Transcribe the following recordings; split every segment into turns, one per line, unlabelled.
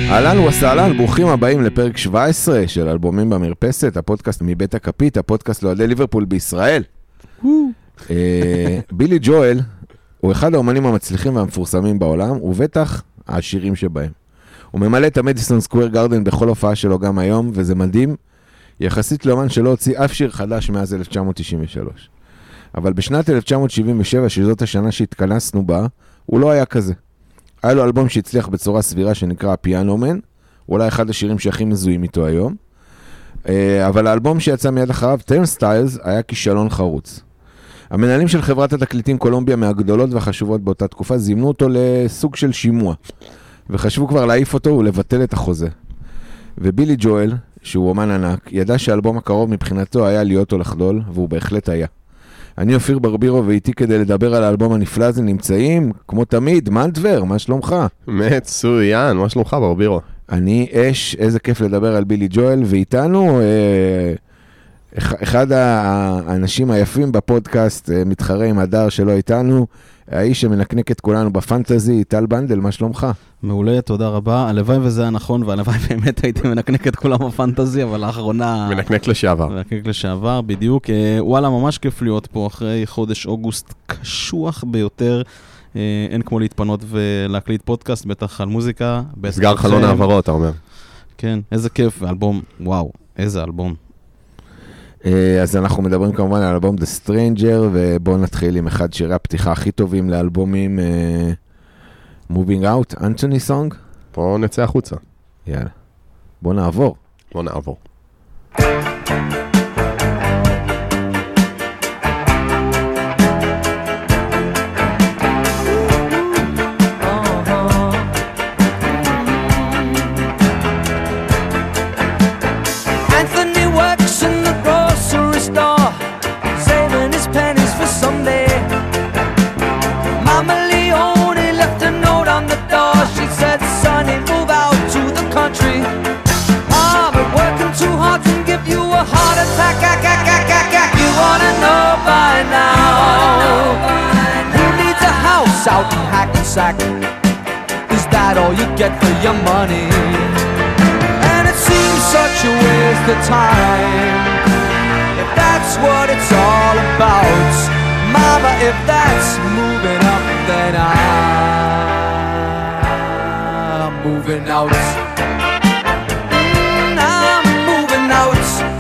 אהלן וסהלן, ברוכים הבאים לפרק 17 של אלבומים במרפסת, הפודקאסט מבית הכפית, הפודקאסט לאוהדי ליברפול בישראל. בילי ג'ואל הוא אחד האומנים המצליחים והמפורסמים בעולם, ובטח העשירים שבהם. הוא ממלא את המדיסון סקוואר גארדן בכל הופעה שלו גם היום, וזה מדהים, יחסית לאומן שלא הוציא אף שיר חדש מאז 1993. אבל בשנת 1977, שזאת השנה שהתכנסנו בה, הוא לא היה כזה. היה לו אלבום שהצליח בצורה סבירה שנקרא פיאנו מן, אולי אחד השירים שהכי מזוהים איתו היום. אבל האלבום שיצא מיד אחריו, טרנסטיילס, היה כישלון חרוץ. המנהלים של חברת התקליטים קולומביה מהגדולות והחשובות באותה תקופה זימנו אותו לסוג של שימוע, וחשבו כבר להעיף אותו ולבטל את החוזה. ובילי ג'ואל, שהוא אומן ענק, ידע שהאלבום הקרוב מבחינתו היה להיות או לחדול, והוא בהחלט היה. אני אופיר ברבירו ואיתי כדי לדבר על האלבום הנפלא הזה נמצאים, כמו תמיד, מנטבר, מה שלומך?
מצוין, מה שלומך ברבירו?
אני אש, איזה כיף לדבר על בילי ג'ואל, ואיתנו אחד האנשים היפים בפודקאסט, מתחרה עם הדר שלא איתנו, האיש שמנקנק את כולנו בפנטזי, טל בנדל, מה שלומך?
מעולה, תודה רבה. הלוואי וזה היה נכון, והלוואי באמת הייתי מנקנק את כולם בפנטזי, אבל לאחרונה...
מנקנק לשעבר.
מנקנק לשעבר, בדיוק. וואלה, ממש כיף להיות פה אחרי חודש אוגוסט קשוח ביותר. אין כמו להתפנות ולהקליט פודקאסט, בטח על מוזיקה.
סגר חלון העברות, אתה אומר.
כן, איזה כיף, אלבום, וואו, איזה אלבום.
אז אנחנו מדברים כמובן על אלבום The Stranger, ובואו נתחיל עם אחד שירי הפתיחה הכי טובים לאלבומים Moving Out, Anthony Song.
בואו נצא החוצה.
יאללה, בואו נעבור.
בואו נעבור.
Out in Hackensack, is that all you get for your money? And it seems such a waste of time, if that's what it's all about. Mama, if that's moving up, then I'm moving out. I'm moving out.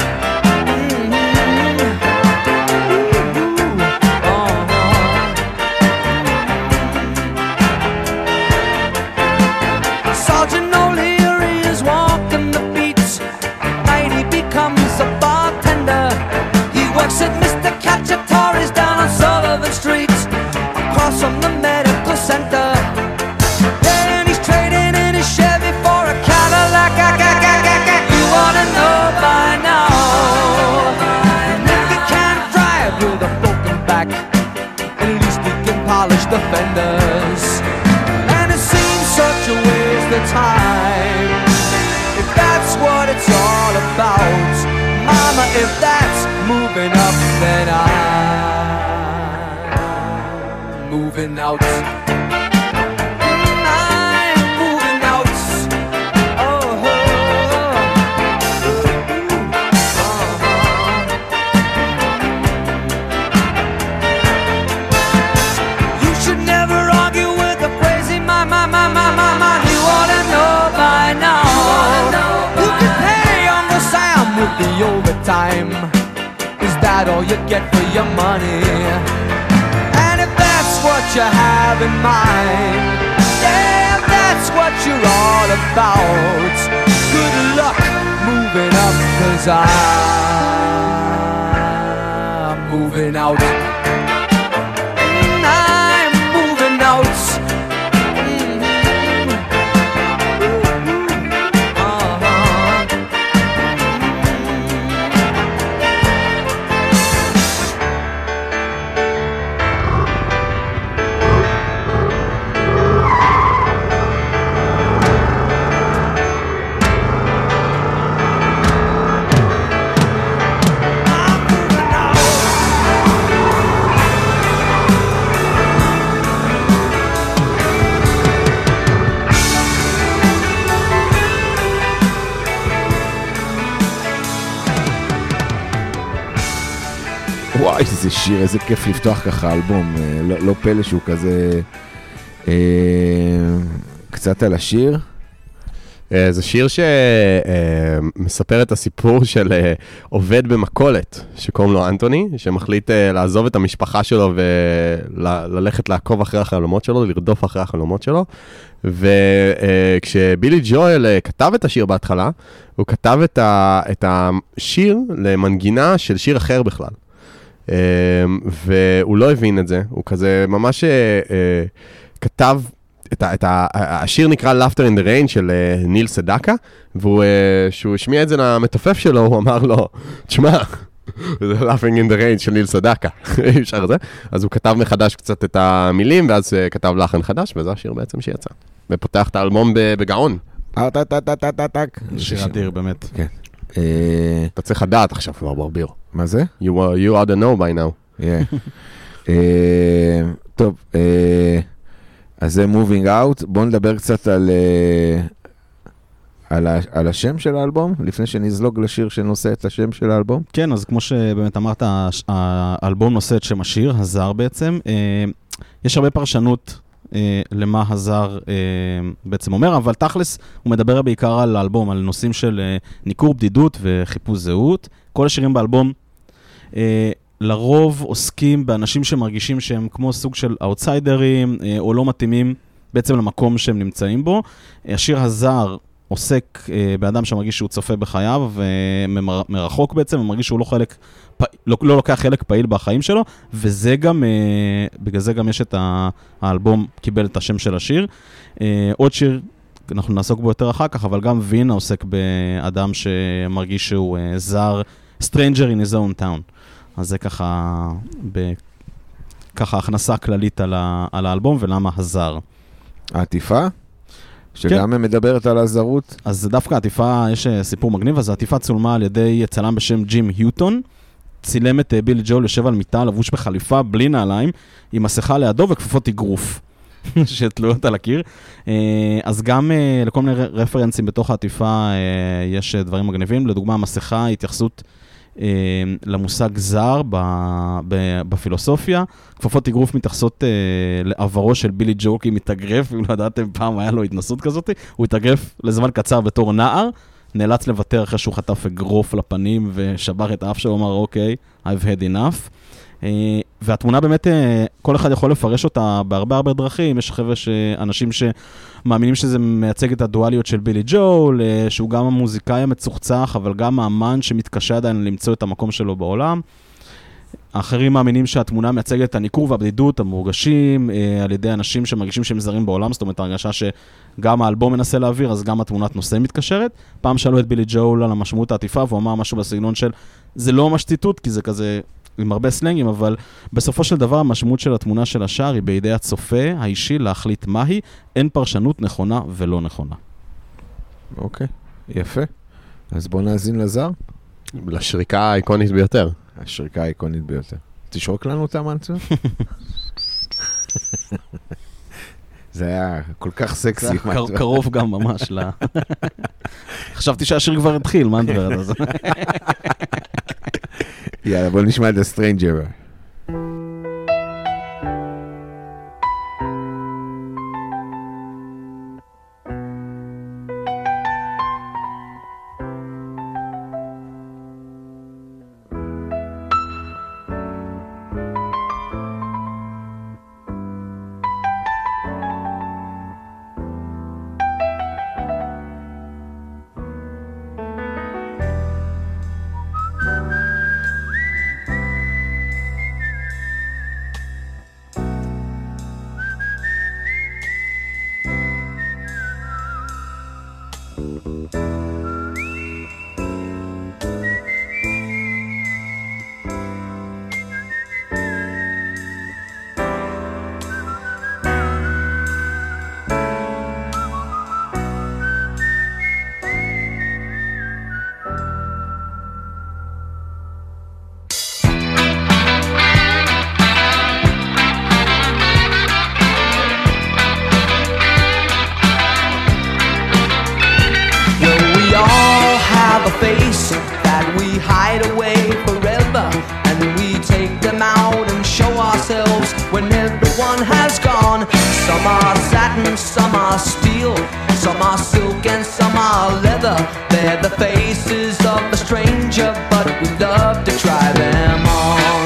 Said Mr. Cacciatore's down on Sullivan Street, across from the medical center. And he's trading in his Chevy for a Cadillac. You wanna know by now? If he can't drive with a broken back, at least he can polish the fenders. And it seems such a waste of time, if that's what it's all about. Mama, if that's moving up, then I'm moving out. I'm moving out. Oh, You should never argue with a crazy man. You ought to know by now. You can pay Uncle Sam with the overtime. Is that all you get for your money? And if that's what you have in mind, yeah, if that's what you're all about, good luck moving up, 'cause I'm moving out. I'm moving out.
איזה שיר, איזה כיף לפתוח ככה אלבום, לא פלא שהוא כזה קצת על השיר.
זה שיר שמספר את הסיפור של עובד במקולת, שקוראים לו אנטוני, שמחליט לעזוב את המשפחה שלו וללכת לעקוב אחרי החלומות שלו, לרדוף אחרי החלומות שלו. וכשבילי ג'ואל כתב את השיר בהתחלה, הוא כתב את השיר למנגינה של שיר אחר בכלל. והוא לא הבין את זה, הוא כזה ממש כתב, השיר נקרא Laughter in the Rain של ניל סדקה, וכשהוא השמיע את זה למתופף שלו, הוא אמר לו, תשמע, זה Laughing in the Rain של ניל סדקה, אי אפשר את זה. אז הוא כתב מחדש קצת את המילים, ואז כתב לחן חדש, וזה השיר בעצם שיצא. ופותח את האלבום בגאון.
שיר אדיר, באמת.
כן.
אתה צריך לדעת עכשיו כבר ברביר.
מה זה?
You ought to know by now.
טוב, אז זה Moving Out. בואו נדבר קצת על השם של האלבום, לפני שנזלוג לשיר שנושא את השם של האלבום.
כן, אז כמו שבאמת אמרת, האלבום נושא את שם השיר, הזר בעצם. יש הרבה פרשנות למה הזר בעצם אומר, אבל תכלס הוא מדבר בעיקר על האלבום, על נושאים של ניכור, בדידות וחיפוש זהות. כל השירים באלבום לרוב עוסקים באנשים שמרגישים שהם כמו סוג של אאוטסיידרים, או לא מתאימים בעצם למקום שהם נמצאים בו. השיר הזר עוסק באדם שמרגיש שהוא צופה בחייו, ומרחוק בעצם, ומרגיש שהוא לא לוקח חלק פעיל בחיים שלו, וזה גם, בגלל זה גם יש את האלבום קיבל את השם של השיר. עוד שיר, אנחנו נעסוק בו יותר אחר כך, אבל גם וינה עוסק באדם שמרגיש שהוא זר, stranger in his own town. אז זה ככה הכנסה כללית על האלבום, ולמה הזר.
העטיפה? שגם כן. מדברת על הזרות.
אז דווקא העטיפה, יש סיפור מגניב, אז העטיפה צולמה על ידי צלם בשם ג'ים היוטון, צילם את בילי ג'ואל יושב על מיטה, לבוש בחליפה, בלי נעליים, עם מסכה לידו וכפפות אגרוף, שתלויות על הקיר. אז גם לכל מיני רפרנסים בתוך העטיפה יש דברים מגניבים, לדוגמה המסכה, התייחסות למושג זר בפילוסופיה. כפפות אגרוף מתייחסות לעברו של בילי ג'ואל, כי מתאגרף, אם לא ידעתם פעם היה לו התנסות כזאת, הוא התאגרף לזמן קצר בתור נער, נאלץ לוותר אחרי שהוא חטף אגרוף לפנים ושבר את האף שלו, אמר אוקיי, I've had enough. והתמונה באמת, כל אחד יכול לפרש אותה בהרבה דרכים. יש חבר'ה אנשים שמאמינים שזה מייצג את הדואליות של בילי ג'ואל, שהוא גם המוזיקאי המצוחצח, אבל גם האמן שמתקשה עדיין למצוא את המקום שלו בעולם. האחרים מאמינים שהתמונה מייצגת את הניכור והבדידות המורגשים על ידי אנשים שמרגישים שהם זרים בעולם, זאת אומרת, הרגשה שגם האלבום מנסה להעביר, אז גם התמונת נושא מתקשרת. פעם שאלו את בילי ג'ואל על המשמעות העטיפה, והוא אמר משהו בסגנון של, זה לא ממש ציטוט, כי זה כזה עם הרבה סלנגים, אבל בסופו של דבר המשמעות של התמונה של השער היא בידי הצופה האישי להחליט מהי, אין פרשנות נכונה ולא נכונה.
אוקיי, יפה. אז בוא נאזין לזר.
לשריקה האיקונית ביותר.
השריקה האיקונית ביותר. תשרוק לנו אותה, מנצו? זה היה כל כך סקסי.
קרוב גם ממש ל... חשבתי שהשיר כבר התחיל, מה נדבר על זה?
יאללה, בוא נשמע את הסטרנג'ר.
one has gone. Some are satin, some are steel, some are silk and some are leather. They're the faces of a stranger, but we love to try them on.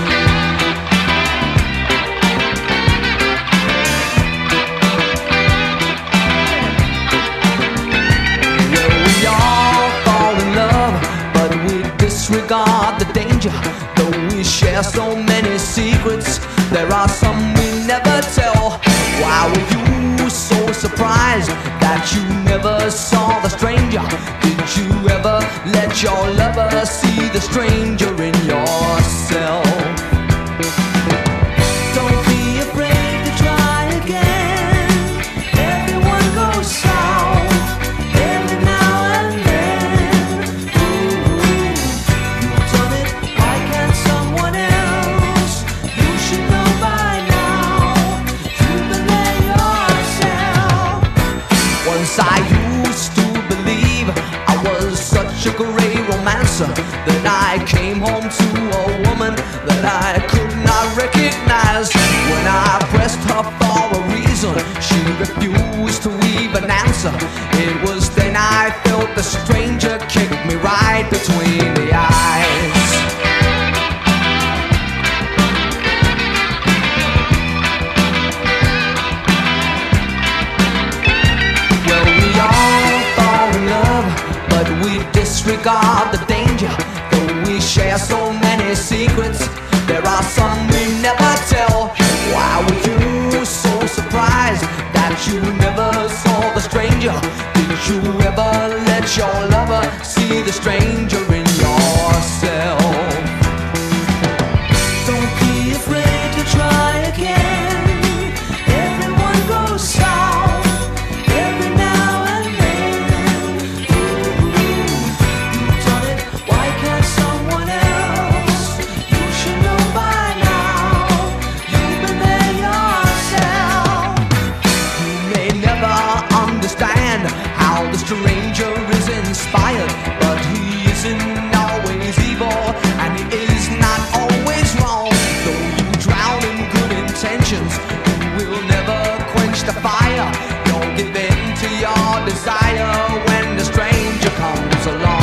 Well, we all fall in love, but we disregard the danger. Though we share so many secrets, there are some we never tell. Why were you so surprised that you never saw the stranger? Did you ever let your lover see the stranger in yourself? Don't be afraid to try again. Everyone goes south every now and then. Ooh, you've done it, why can't someone else? You should know by now. You've been there yourself. Once I used to believe I was such a great romancer that I came home to a woman that I could not recognize. When I pressed her for a reason, she refused to even answer. It was then I felt the stranger kick me right between the eyes. Well, we all fall in love, but we disregard the danger. Though we share so many secrets, there are some we never tell. Why were you so surprised that you never saw the stranger? Did you ever let your lover see the stranger in yourself? Don't be afraid to try again. Everyone goes south every now and then. Ooh, you've done it, why can't someone else? You should know by now. You've been there yourself. You may never understand how the stranger is inspired, but he isn't always evil, and he is not always wrong. Though you drown in good intentions, you will never quench the fire. Don't give in to your desire when the stranger comes along.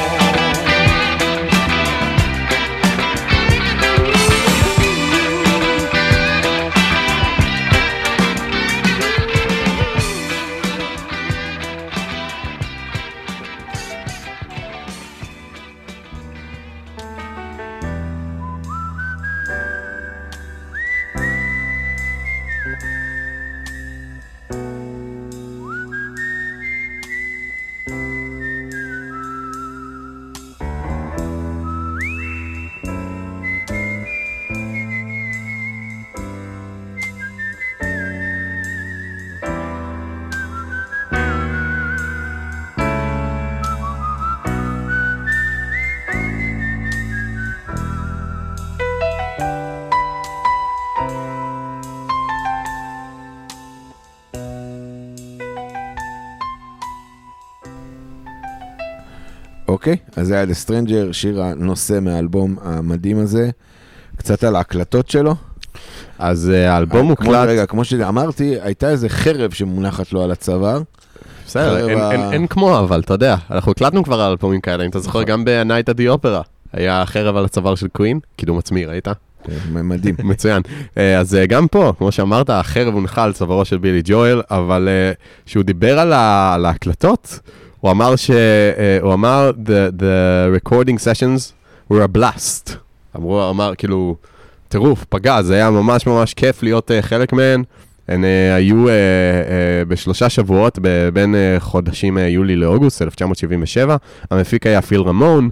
אוקיי, אז זה היה The Stranger, שיר הנושא מהאלבום המדהים הזה, קצת על ההקלטות שלו.
אז האלבום מוקלט...
רגע, כמו שאמרתי, הייתה איזה חרב שמונחת לו על הצוואר.
בסדר, אין כמו, אבל אתה יודע, אנחנו הקלטנו כבר על אלבומים כאלה, אם אתה זוכר, גם ב-Night at the Opera, היה חרב על הצוואר של קווין, קידום עצמי, ראית?
מדהים.
מצוין. אז גם פה, כמו שאמרת, החרב הונחה על צווארו של בילי ג'ואל, אבל שהוא דיבר על ההקלטות, הוא אמר, the recording sessions were a blast. הוא אמר, כאילו, טירוף, פגע, זה היה ממש ממש כיף להיות חלק מהן. הן היו בשלושה שבועות בין חודשים יולי לאוגוסט 1977. המפיק היה פיל רמון,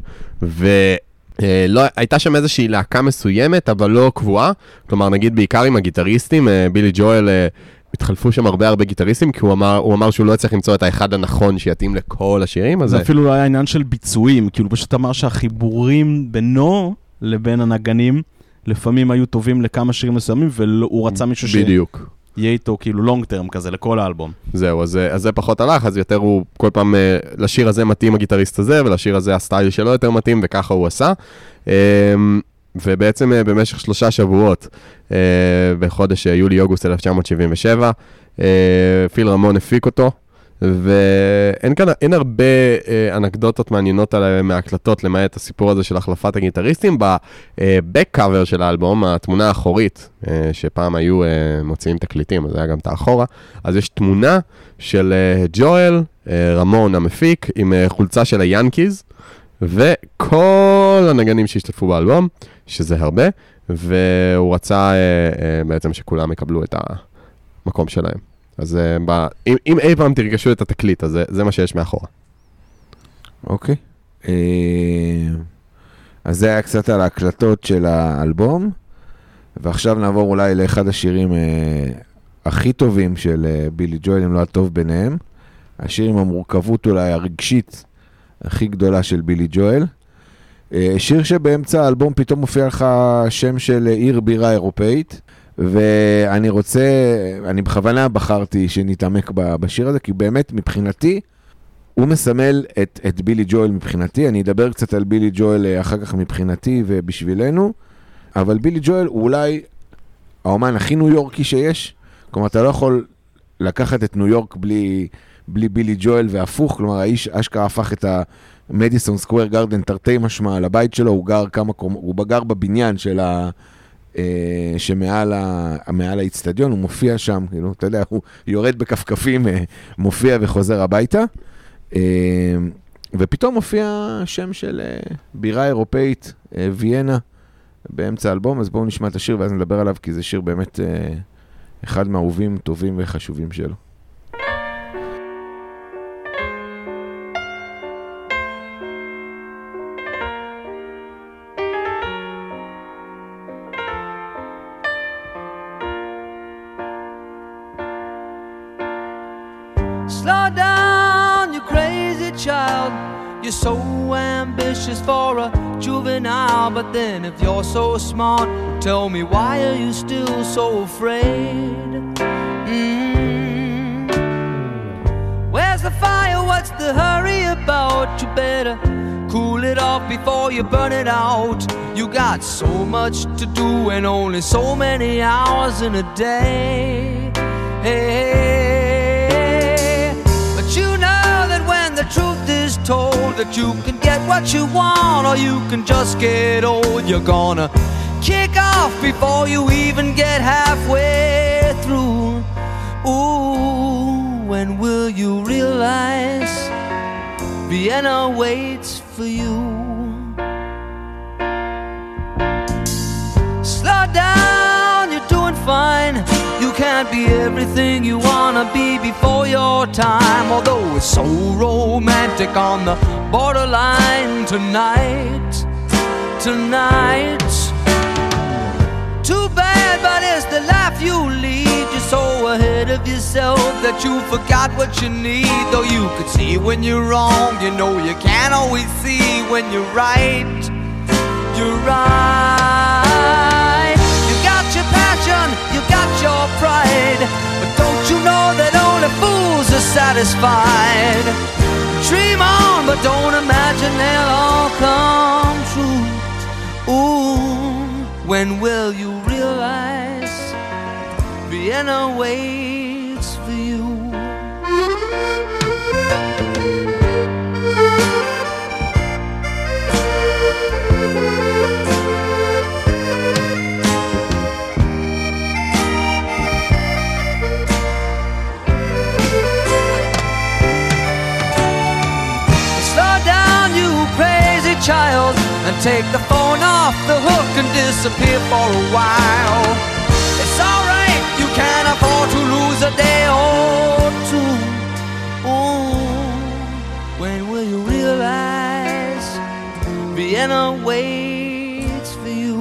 הייתה שם איזושהי להקה מסוימת, אבל לא קבועה. כלומר, נגיד בעיקר עם הגיטריסטים, בילי ג'ואל התחלפו שם הרבה גיטריסטים, כי הוא אמר שהוא לא צריך למצוא את האחד הנכון שיתאים לכל השירים.
זה אפילו לא היה עניין של ביצועים, כאילו פשוט אמר שהחיבורים בינו לבין הנגנים, לפעמים היו טובים לכמה שירים מסוימים, והוא רצה מישהו
בדיוק.
יהיה איתו כאילו לונג טרם כזה לכל האלבום.
זהו, אז זה פחות הלך, אז יותר הוא כל פעם, לשיר הזה מתאים הגיטריסט הזה, ולשיר הזה הסטייל שלו יותר מתאים, וככה הוא עשה. ובעצם במשך 3 שבועות, בחודש יולי-אוגוסט 1977, פיל רמון הפיק אותו, ואין הרבה אנקדוטות מעניינות מההקלטות, למעט הסיפור הזה של החלפת הגיטריסטים. בבק קאבר של האלבום, התמונה האחורית, שפעם היו מוציאים תקליטים, אז היה גם את האחורה, אז יש תמונה של ג'ואל, רמון המפיק, עם חולצה של היאנקיז, וכל הנגנים שהשתתפו באלבום, שזה הרבה, והוא רצה בעצם שכולם יקבלו את המקום שלהם. אז אם אי פעם תרגשו את התקליט, אז זה מה שיש מאחורה.
אוקיי. אז זה היה קצת על ההקלטות של האלבום, ועכשיו נעבור אולי לאחד השירים הכי טובים של בילי ג'ואל, אם לא הטוב ביניהם. השיר עם המורכבות אולי הרגשית הכי גדולה של בילי ג'ואל. שיר שבאמצע האלבום פתאום מופיע לך שם של עיר בירה אירופאית, אני בכוונה בחרתי שנתעמק בשיר הזה, כי באמת מבחינתי, הוא מסמל את בילי ג'ואל מבחינתי. אני אדבר קצת על בילי ג'ואל אחר כך מבחינתי ובשבילנו, אבל בילי ג'ואל הוא אולי האומן הכי ניו יורקי שיש. כלומר, אתה לא יכול לקחת את ניו יורק בלי בילי ג'ואל והפוך. כלומר, האיש אשכרה הפך את המדיסון סקוואר גארדן תרתי משמע על הבית שלו. הוא גר בבניין של שמעל האצטדיון, הוא מופיע שם, כאילו, אתה יודע, הוא יורד בכפכפים, מופיע וחוזר הביתה, ופתאום מופיע שם של בירה אירופאית, ויינה, באמצע האלבום. אז בואו נשמע את השיר ואז נדבר עליו, כי זה שיר באמת אחד מהאהובים, טובים וחשובים שלו.
Slow down, you crazy child. You're so ambitious for a juvenile, but then if you're so smart, tell me, why are you still so afraid? Where's the fire? What's the hurry about? You better cool it off before you burn it out. You got so much to do and only so many hours in a day. Hey, but you know that when the truth is told, that you can get what you want or you can just get old. You're gonna kick off before you even get halfway through. Ooh, when will you realize Vienna waits for you? Slow down, you're doing fine. You can't be everything you wanna be before your time. Although it's so romantic on the borderline tonight. Too bad, but it's the life you lead. You're so ahead of yourself that you forgot what you need. Though you could see when you're wrong, you know you can't always see when you're right. You're right. You got your passion, you got your pride, but don't you know that only fools are satisfied? Dream on, but don't imagine they'll all come true. Ooh, when will you realize Vienna waits for you? Slow down, you crazy child, and take the phone off the hook and disappear for a while. It's alright, you can't afford to lose a day or two. Ooh, when will you realize Vienna waits for you?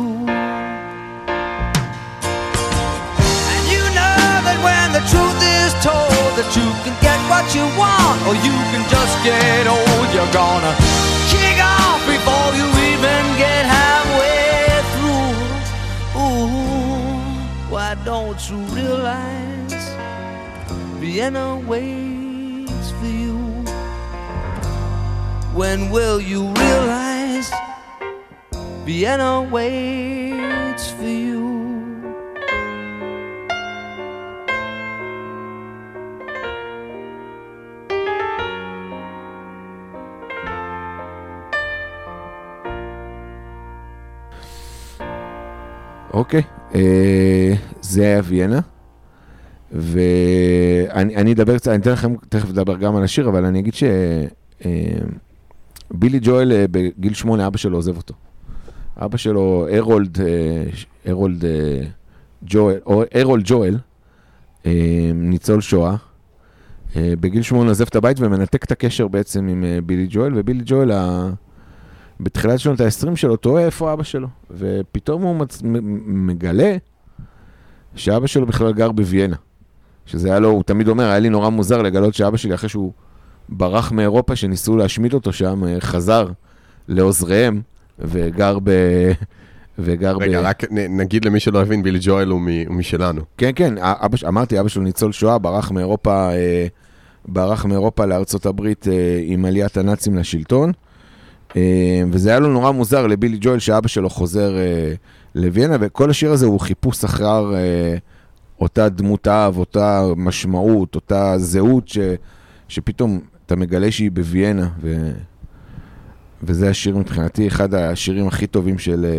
And you know that when the truth is told, that you can get what you want or you can just get old. You're gonna kick off before you even get halfway through. Ooh, why don't you realize Vienna waits for you? When will you realize Vienna waits for you.
אוקיי, זה היה ויאנה, ואני אדבר קצת, אני אתן לכם תכף לדבר גם על השיר, אבל אני אגיד שבילי ג'ואל בגיל 8, אבא שלו עוזב אותו. אבא שלו, הרולד ג'ואל, ניצול שואה, בגיל 8 עוזב את הבית ומנתק את הקשר בעצם עם בילי ג'ואל, ובילי ג'ואל בתחילת שנות ה-20 שלו, תוהה איפה אבא שלו, ופתאום הוא מגלה שאבא שלו בכלל גר בוויינה, שזה היה לו, הוא תמיד אומר, היה לי נורא מוזר לגלות שאבא שלי, אחרי שהוא ברח מאירופה, שניסו להשמיד אותו שם, חזר לעוזריהם, וגר
רגע, רק נגיד למי שלא הבין, בילי ג'ואל הוא משלנו.
כן, כן, אמרתי, אבא שלו ניצול שואה, ברח מאירופה לארצות הברית עם עליית הנאצים לשלטון, וזה היה לו נורא מוזר לבילי ג'ואל שאבא שלו חוזר לוויינה, וכל השיר הזה הוא חיפוש אחר אותה דמות אב, אותה משמעות, אותה זהות שפתאום אתה מגלה שהיא בוויינה, וזה השיר מבחינתי, אחד השירים הכי טובים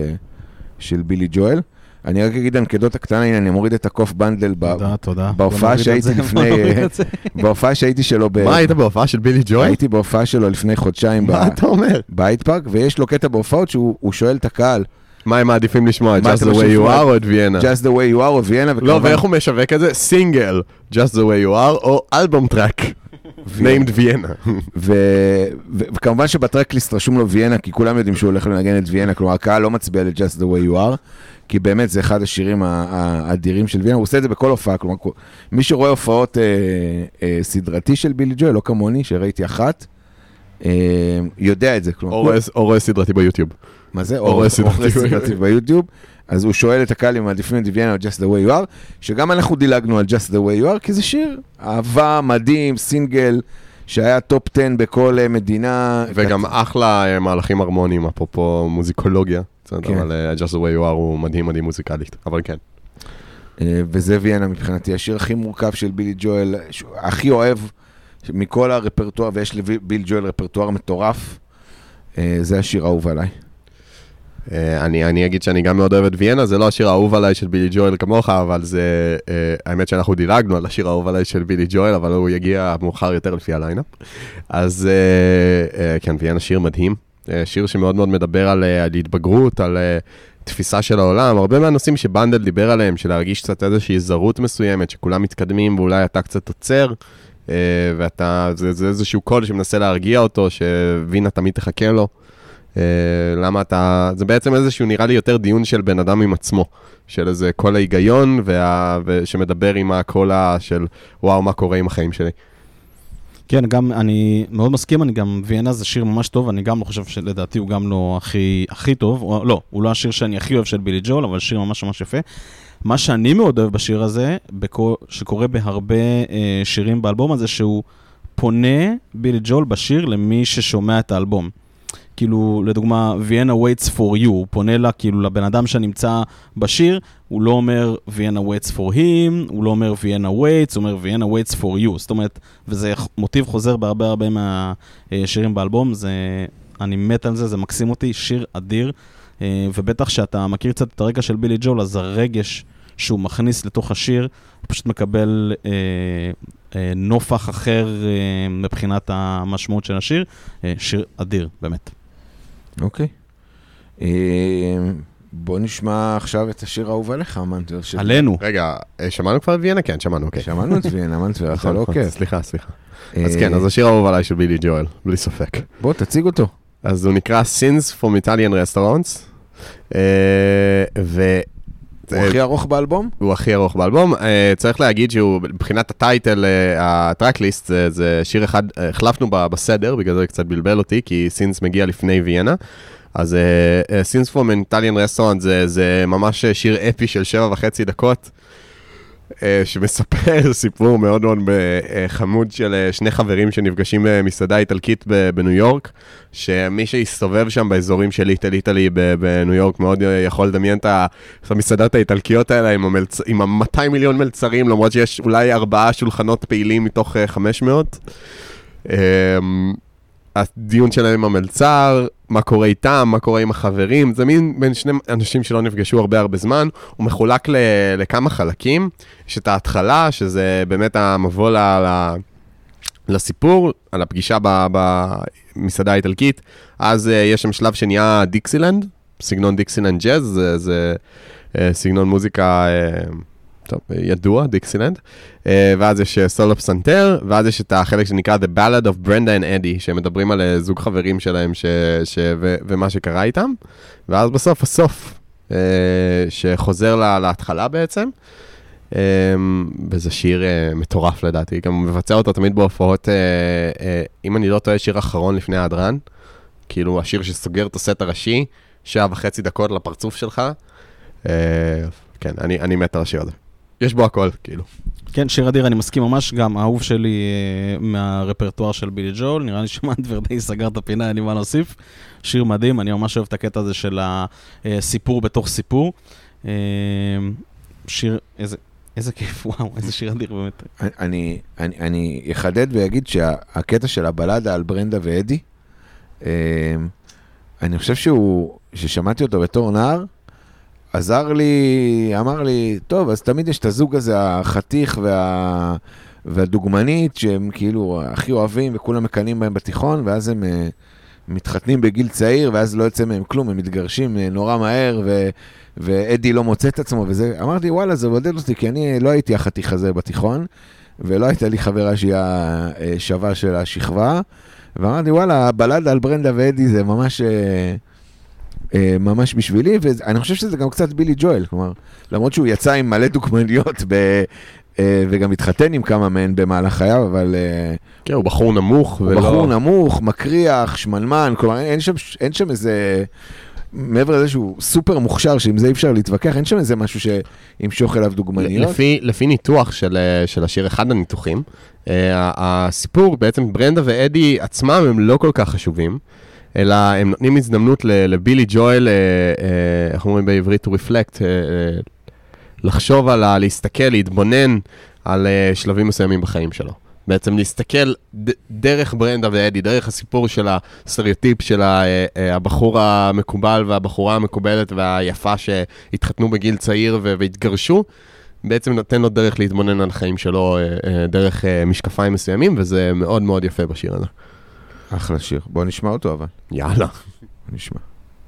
של בילי ג'ואל. אני רק אגיד אנקדוטה קטנה, הנה אני מוריד את הקוף בנדל בהופעה שהייתי לפני, בהופעה שהייתי שלו
מה, היית בהופעה של בילי ג'ואל?
הייתי בהופעה שלו לפני חודשיים
מה אתה אומר?
בהייד פארק, ויש לו קטע בהופעות שהוא שואל את הקהל,
מה הם מעדיפים לשמוע? Just the way you are או את ויאנה?
Just the way you are או ויאנה.
לא, ואיך הוא משווק את זה? סינגל, Just the way you are או אלבום טרק, named ויאנה.
וכמובן שבטרקליסט רשום לו ויאנה, כי כולם יודעים שהוא הולך לנגן את ויאנה, כלומר הקהל לא מצביע ל-Just the way you are, כי באמת זה אחד השירים האדירים של ויאנה, הוא עושה את זה בכל הופעה, כלומר מי שרואה הופעות סדרתי של בילי ג'ואל, לא כמוני, שראיתי אחת, יודע את זה.
או רואה סדרתי ביוטיוב.
מה זה? או רואה סדרתי ביוטיוב. אז הוא שואל את הקהל אם מעדיפים את ויאנה או Just the way you are, שגם אנחנו דילגנו על Just the way you are, כי זה שיר אהבה, מדהים, סינגל, שהיה טופ 10 בכל מדינה.
וגם אחלה מהלכים הרמוניים, אפרופו מוזיקולוגיה. אבל Just the way you are הוא מדהים מדהים מוזיקלית, אבל כן.
וזה ויאנה מבחינתי, השיר הכי מורכב של בילי ג'ואל, הכי אוהב מכל הרפרטואר, ויש לבילי ג'ואל רפרטואר מטורף, זה השיר האהוב עליי.
אני אגיד שאני גם מאוד אוהב את ויאנה, זה לא השיר האהוב עליי של בילי ג'ואל כמוך, אבל זה, האמת שאנחנו דילגנו על השיר האהוב עליי של בילי ג'ואל, אבל הוא יגיע מאוחר יותר לפי הליינאפ. אז כן, ויאנה שיר מדהים, שיר שמאוד מאוד מדבר על התבגרות, על תפיסה של העולם, הרבה מהנושאים שבנדל דיבר עליהם, של להרגיש קצת איזושהי זרות מסוימת, שכולם מתקדמים ואולי אתה קצת עוצר, ואתה, זה איזשהו קול שמנסה להרגיע אותו, שווינה תמיד תחכה לו. למה אתה, זה בעצם איזשהו נראה לי יותר דיון של בן אדם עם עצמו, של איזה קול ההיגיון, שמדבר עם הקול של וואו, מה קורה עם החיים שלי.
כן, גם אני מאוד מסכים, אני גם, ויאנה זה שיר ממש טוב, אני גם לא חושב שלדעתי הוא גם לא הכי טוב, לא, הוא לא השיר שאני הכי אוהב של בילי ג'ואל, אבל שיר ממש ממש יפה. מה שאני מאוד אוהב בשיר הזה, שקורה בהרבה שירים באלבום הזה, שהוא פונה בילי ג'ואל בשיר למי ששומע את האלבום. כאילו, לדוגמה, Vienna waits for you, הוא פונה לה, כאילו, לבן אדם שנמצא בשיר, הוא לא אומר Vienna waits for him, הוא לא אומר Vienna waits, הוא אומר Vienna waits for you, זאת אומרת, וזה מוטיב חוזר בהרבה מהשירים באלבום, אני מת על זה, זה מקסים אותי, שיר אדיר, ובטח שאתה מכיר קצת את הרקע של בילי ג'ואל, אז הרגש שהוא מכניס לתוך השיר, הוא פשוט מקבל נופח אחר מבחינת המשמעות של השיר, שיר אדיר, באמת.
אוקיי. בוא נשמע עכשיו את השיר האהוב עליך, מנטבר.
עלינו.
רגע, שמענו כבר את ויאנה? כן, שמענו, אוקיי.
שמענו את ויאנה, מנטבר, אתה לא עוקב.
סליחה. אז כן, אז השיר האהוב עליי של בילי ג'ואל, בלי ספק.
בוא, תציג אותו.
אז הוא נקרא Sins from Italian Restaurants,
הוא הכי ארוך באלבום?
הוא הכי ארוך באלבום. צריך להגיד שהוא, מבחינת הטייטל, הטרקליסט, זה שיר אחד, החלפנו בסדר, בגלל זה קצת בלבל אותי, כי סינס מגיע לפני ויאנה. אז סינס פרום איטליאן רסטורנט זה ממש שיר אפי של 7.5 דקות. שמספר סיפור מאוד מאוד חמוד של שני חברים שנפגשים במסעדה איטלקית בניו יורק, שמי שיסתובב שם באזורים של איטלי בניו יורק מאוד יכול לדמיין את המסעדות האיטלקיות האלה עם 200 מיליון מלצרים, למרות שיש אולי 4 שולחנות פעילים מתוך 500. הדיון שלהם עם המלצר, מה קורה איתם, מה קורה עם החברים, זה מין בין שני אנשים שלא נפגשו הרבה זמן, הוא מחולק לכמה חלקים, יש את ההתחלה, שזה באמת המבוא לסיפור, על הפגישה במסעדה האיטלקית, אז יש שם שלב שנהיה דיקסילנד, סגנון דיקסילנד ג'אז, זה סגנון מוזיקה טוב, ידוע, דיקסילנד, ואז יש סולו פסנתר, ואז יש את החלק שנקרא The Ballad of Brenda and Eddie, שמדברים על זוג חברים שלהם ומה שקרה איתם, ואז הסוף, שחוזר להתחלה בעצם, וזה שיר מטורף לדעתי, גם מבצע אותו תמיד בהופעות, אם אני לא טועה, שיר אחרון לפני ההדרן, כאילו השיר שסוגר את הסט הראשי, 1.5 דקות לפרצוף שלך, כן, אני מת על השיר הזה. יש בו הכל, כאילו.
כן, שיר אדיר, אני מסכים ממש, גם האהוב שלי מהרפרטואר של בילי ג'ול, נראה לי שמנדבר די סגר את הפינה, אין לי מה להוסיף. שיר מדהים, אני ממש אוהב את הקטע הזה של הסיפור בתוך סיפור. שיר, איזה כיף, וואו, איזה שיר אדיר באמת.
אני אחדד ויגיד שהקטע של הבלדה על ברנדה ואדי, אני חושב ששמעתי אותו בתור נער, עזר לי, אמר לי, טוב, אז תמיד יש את הזוג הזה, החתיך והדוגמנית, שהם כאילו הכי אוהבים וכולם מקנים בהם בתיכון, ואז הם מתחתנים בגיל צעיר, ואז לא יוצא מהם כלום, הם מתגרשים נורא מהר, ואדי לא מוצא את עצמו, וזה, אמרתי, וואלה, זה בודד אותי, כי אני לא הייתי החתיך הזה בתיכון, ולא הייתה לי חברה שהיא השווה של השכבה, ואמרתי, וואלה, הבלדה על ברנדה ואדי זה ממש בשבילי, ואני חושב שזה גם קצת בילי ג'ואל, כלומר, למרות שהוא יצא עם מלא דוגמניות, וגם התחתן עם כמה מהן במהלך חייו, אבל...
כן, הוא בחור נמוך.
הוא בחור נמוך, מקריח, שמנמן, כלומר, אין שם איזה... מעבר לזה שהוא סופר מוכשר, שעם זה אי אפשר להתווכח, אין שם איזה משהו שימשוך אליו דוגמניות.
לפי ניתוח של השיר, אחד הניתוחים, הסיפור, בעצם ברנדה ואדי עצמם הם לא כל כך חשובים, אלא הם נותנים הזדמנות לבילי ג'ואל, איך אומרים בעברית, to reflect, לחשוב להסתכל, להתבונן על שלבים מסוימים בחיים שלו. בעצם להסתכל דרך ברנדה ואדי, דרך הסיפור של הסטריאוטיפ של הבחור המקובל והבחורה המקובלת והיפה שהתחתנו בגיל צעיר והתגרשו, בעצם נותן לו דרך להתבונן על החיים שלו דרך משקפיים מסוימים, וזה מאוד מאוד יפה בשיר הזה.
אחלה שיר. בוא נשמע אותו אבל.
יאללה.
נשמע.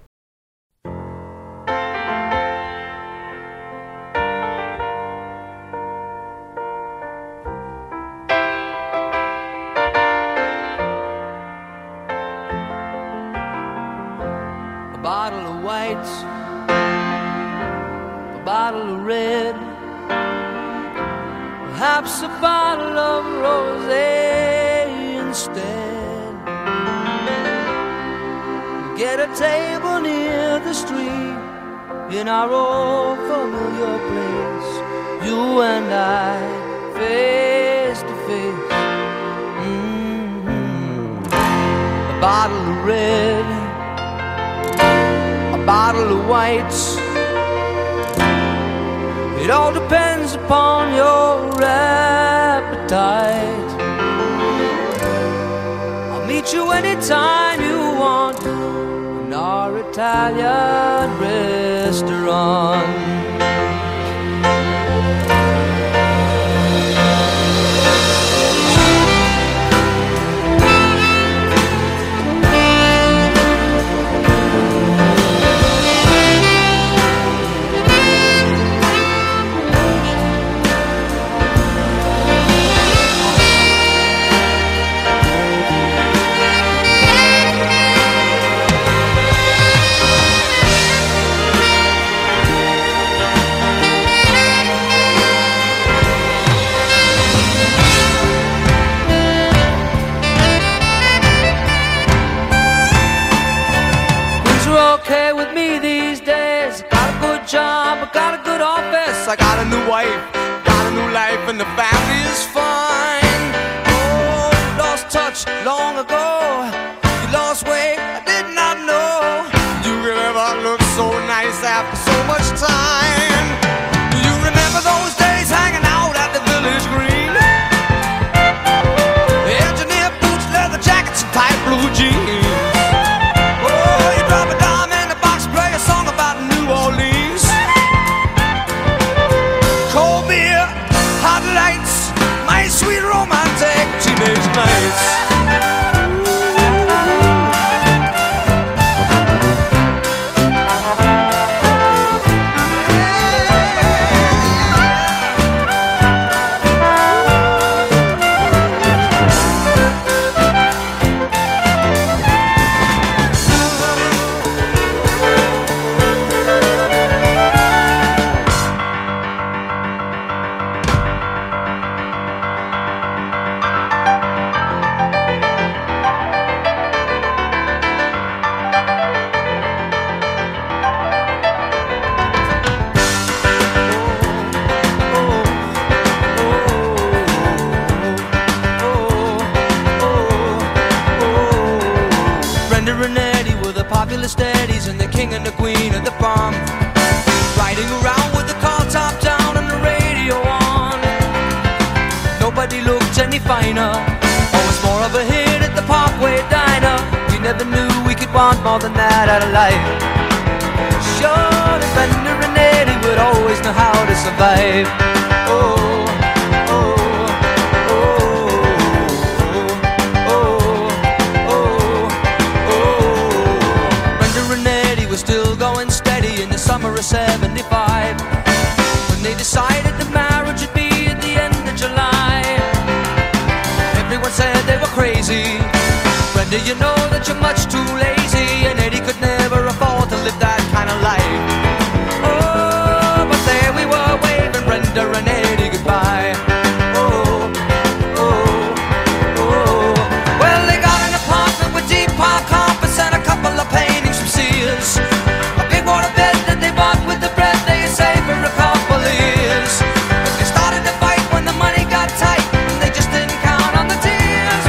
A bottle of white, a bottle of red, perhaps a bottle of rosé instead. Get a table near the street in our old familiar place, you and I, face to face. A bottle of red, a bottle of white, it all depends upon your appetite. I'll meet you anytime you want in our Italian restaurant. I got a good job, I got a good office, I got a new wife, got a new the family is fine. Oh, lost touch long ago. You lost weight, I did not know. You ever look so nice after so much time. Do you remember those days hanging out at the village green? Engineer boots, leather jackets, and tight blue jeans. Oh, you drop a dime in the box, play a song about New Orleans. Cold beer, hot lights, my sweet romantic teenage nights. Steadies and the king and the queen of the bomb, riding around with the car top down and the radio on. Nobody looked any finer, always more of a hit at the Parkway Diner. We never knew we could want more than that out of life. Sure, the Fender and Eddie would always know how to survive. Oh, summer of 75, when they decided the marriage would be at the end of July. Everyone said they were crazy. Brenda, you know that you're much too lazy, and Eddie could never afford to live that kind of life. Oh, but there we were waving Brenda and Eddie goodbye. Well, they got an apartment with deep park carpets and a couple of paintings from Sears. A big water bed they bought with the bread they saved for a couple of years. But they started to fight when the money got tight, and they just didn't count on the tears.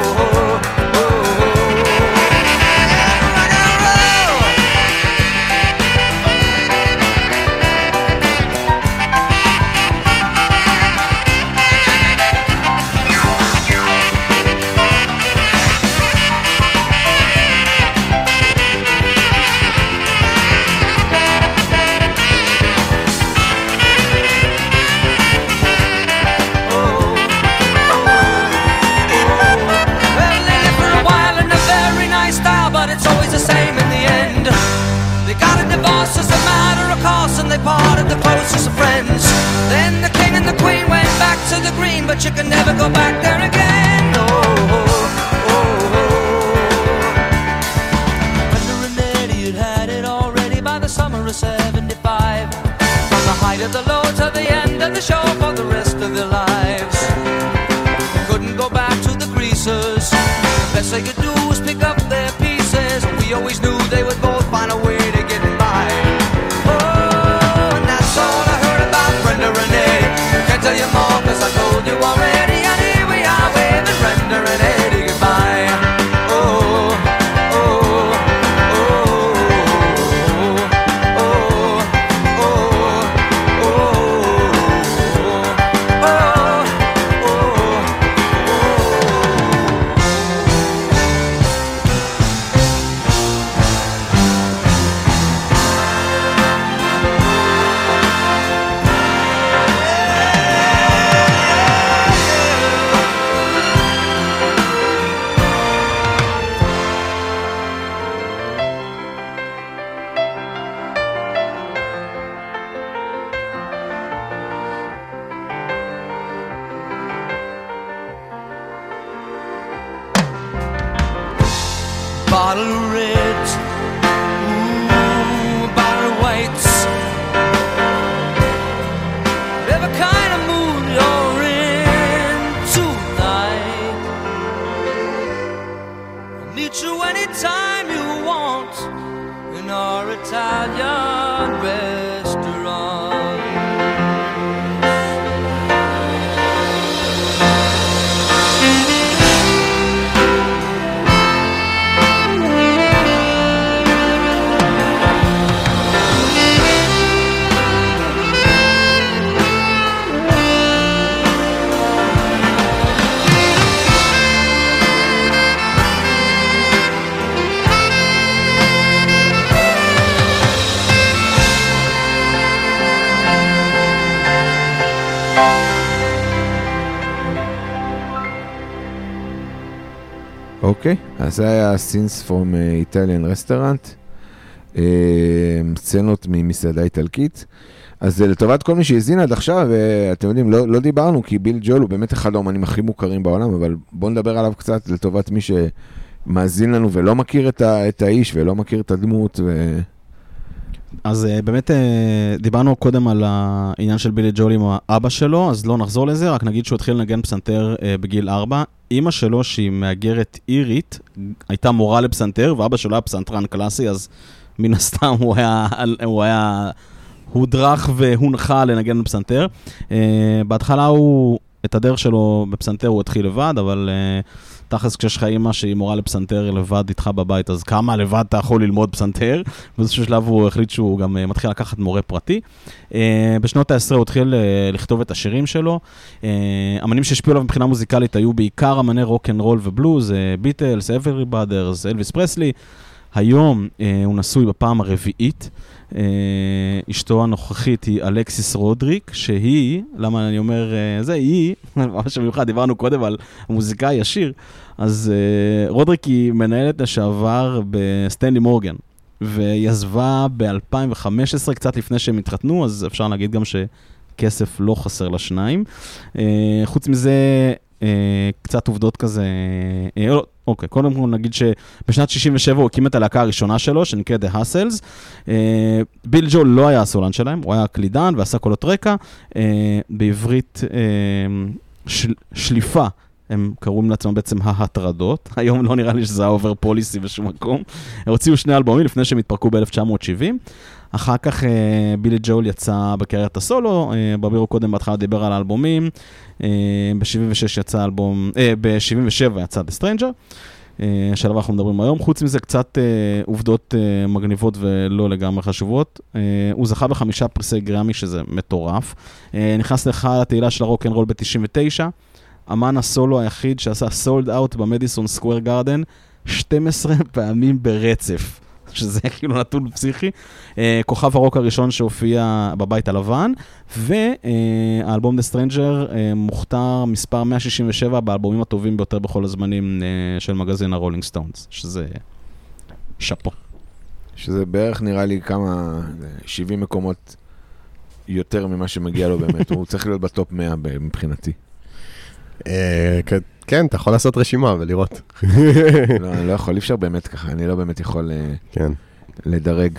Parted the closest of friends. Then the king and the queen went back to the green, but you can never go back there again. Brenda and Eddie had had it already by the summer of 75. From the height of the low to the end of the show for the rest of their lives. They couldn't go back to the greasers. The best they could do was pick up their pieces. We always knew they would both find a way to get by. Can't tell you more cause I told you already. And here we are waving Brenda and Eddie goodbye. Bottle of reds, ooh, bottle of whites. Whatever kind of mood you're in tonight, I'll meet you anytime you want in our Italian restaurant.
אוקיי, אז זה היה Scenes from Italian Restaurant, סצנות ממסעדה איטלקית. אז לטובת כל מי שהזין עד עכשיו, אתם יודעים, לא דיברנו, כי ביל ג'ול הוא באמת אחד האומנים הכי מוכרים בעולם, אבל בואו נדבר עליו קצת לטובת מי שמאזין לנו ולא מכיר את האיש ולא מכיר את הדמות.
אז באמת דיברנו קודם על העניין של בילי ג'ול עם האבא שלו, אז לא נחזור לזה, רק נגיד שהוא התחיל לנגן פסנתר בגיל 4. אמא שלו, שהיא מהגרת אירית, הייתה מורה לפסנתר, ואבא שלו היה פסנתרן קלאסי, אז מן הסתם הוא היה הודרך והונחה לנגן בפסנתר. בהתחלה את הדרך שלו בפסנתר הוא התחיל לבד, אבל תכלס כשיש לך אימא שהיא מורה לפסנתר לבד איתך בבית, אז כמה לבד אתה יכול ללמוד פסנתר? באיזשהו שלב הוא החליט שהוא גם מתחיל לקחת מורה פרטי. בשנות ה-10 הוא התחיל לכתוב את השירים שלו. אמנים שהשפיעו עליו מבחינה מוזיקלית היו בעיקר אמני רוק אנד רול ובלוז, ביטלס, אברי בראדרס, אלוויס פרסלי. היום הוא נשוי בפעם הרביעית. אשתו הנוכחית היא אלכסיס רודריק, שהיא, למה אני אומר זה, היא, ממש במיוחד, דיברנו קודם על המוזיקאי ישיר, אז רודריק היא מנהלת לשעבר בסטנלי מורגן, והיא עזבה ב-2015, קצת לפני שהם התחתנו, אז אפשר להגיד גם שכסף לא חסר לשניים. חוץ מזה, קצת עובדות כזה, אוקיי, קודם כל נגיד שבשנת 67 הוא הקים את הלהקה הראשונה שלו, שנקראת The Hustles. ביל ג'ול לא היה הסולן שלהם, הוא היה קלידן ועשה קולות רקע. בעברית שליפה, הם קוראים לעצמם בעצם ההטרדות. היום לא נראה לי שזה האובר פוליסי בשום מקום. הם הוציאו 2 אלבומים לפני שהם התפרקו ב-1970. אחר כך בילי ג'ול יצא בקריירת הסולו, בבירו קודם בהתחלה דיבר על האלבומים, ב-76 יצא אלבום, ב-77 יצא The Stranger, שעליו אנחנו מדברים היום. חוץ מזה קצת עובדות מגניבות ולא לגמרי חשובות. הוא זכה ב5 פרסי גרמי, שזה מטורף. נכנס לך לתהילה של הרוק אנד רול ב-99, אמן הסולו היחיד שעשה סולד אאוט במדיסון סקוואר גארדן 12 פעמים ברצף. שזה כאילו נתון פסיכי, כוכב הרוק הראשון שהופיע בבית הלבן, והאלבום The Stranger מוכתר מספר 167 באלבומים הטובים ביותר בכל הזמנים של מגזין הרולינג סטונס, שזה שפו.
שזה בערך נראה לי כמה 70 מקומות יותר ממה שמגיע לו באמת, הוא צריך להיות בטופ 100 מבחינתי.
כן, אתה יכול לעשות רשימה ולראות.
לא, אני לא יכול, אי אפשר באמת ככה, אני לא באמת יכול לדרג.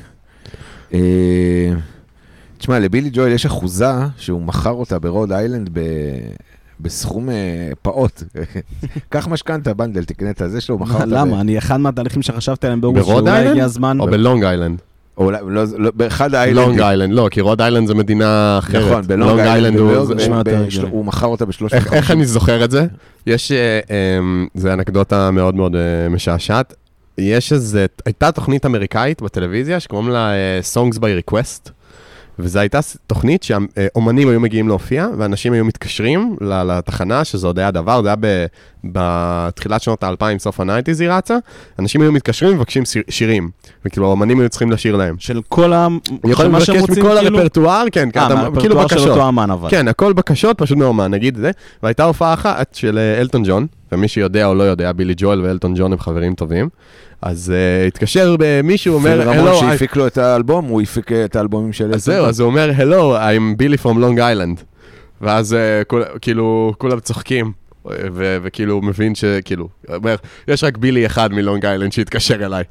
תשמע, לבילי ג'ול יש אחוזה שהוא מכר אותה ברוד איילנד בסכום פעוט. קח משכנתה, בנדל, תקנה את זה שלו, מכר אותה.
למה? אני אחד מהתהליכים שחשבתי עליהם באוגוסט,
ברוד איילנד?
הזמן...
או בלונג איילנד?
באחד האיילנד.
לונג איילנד, לא, כי רוד איילנד זה מדינה אחרת.
נכון, בלונג איילנד הוא מכר אותה ב-350.
איך אני זוכר את זה? יש, זה אנקדוטה מאוד מאוד משעשעת. הייתה תוכנית אמריקאית בטלוויזיה שקוראים לה Songs by Request, וזו הייתה תוכנית שאומנים היו מגיעים להופיע, ואנשים היו מתקשרים לתחנה, שזה עוד היה דבר, זה היה בתחילת שנות ה-2000, סוף ה-90s היא רצה, אנשים היו מתקשרים ומבקשים שירים, וכאילו האומנים היו צריכים לשיר להם.
של כל
יכולים לבקש מכל הרפרטואר, כן, כאילו בקשות.
של אותו אמן אבל.
כן, הכל בקשות, פשוט מאומן, נגיד זה, והייתה הופעה אחת של אלטון ג'ון, ומי שיודע או לא יודע, בילי ג'ול ואלטון ג'ון הם חברים טובים, אז התקשר במישהו, אומר,
רמון שהפיק לו את האלבום, הוא הפיק את האלבומים של אלטון.
אז זהו, אז הוא אומר, hello, I'm Billy from Long Island. ואז כאילו, כולם צוחקים, וכאילו הוא מבין שכאילו, אומר, יש רק בילי אחד מלונג איילנד שהתקשר אליי.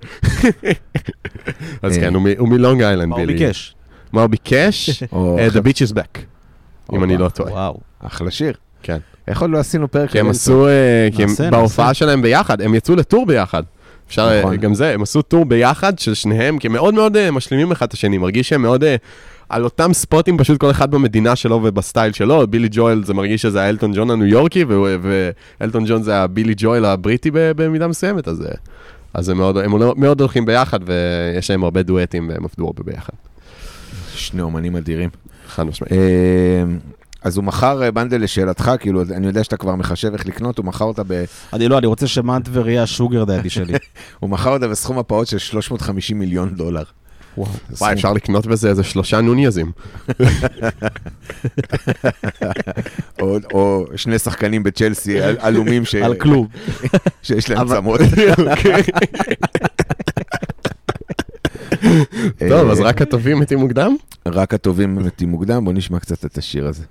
אז כן, הוא מלונג איילנד, בילי.
מה הוא ביקש?
מה הוא ביקש? The Beach is Back, אם אני לא טועה.
וואו.
אחלה שיר.
כן.
איך עוד לא עשינו פרק?
כי הם עשו, בהופעה שלהם ביחד, הם יצאו לטור ביחד. אפשר, גם זה, הם עשו טור ביחד של שניהם, כי הם מאוד מאוד משלימים אחד את השני, מרגיש שהם מאוד על אותם ספוטים, פשוט כל אחד במדינה שלו ובסטייל שלו. בילי ג'ואל זה מרגיש שזה האלטון ג'ון הניו-יורקי, ואלטון ג'ון זה הבילי ג'ואל הבריטי במידה מסוימת, אז הם מאוד הולכים ביחד, ויש להם הרבה דואטים, והם עבדו הרבה ביחד.
שני אומנים אדירים.
חד משמעית.
אז הוא מכר בנדל לשאלתך, כאילו, אני יודע שאתה כבר מחשב איך לקנות, הוא מכר אותה
אני רוצה שמנט וריאה השוגר דאדי שלי.
הוא מכר אותה בסכום הפעות של $350 מיליון.
וואי, אפשר לקנות בזה איזה 3 נוניזים.
או 2 שחקנים בצ'לסי, אלומים
על כלום.
שיש להם צמות.
טוב, אז רק הטובים מתים מוקדם?
רק הטובים מתים מוקדם, בוא נשמע קצת את השיר הזה.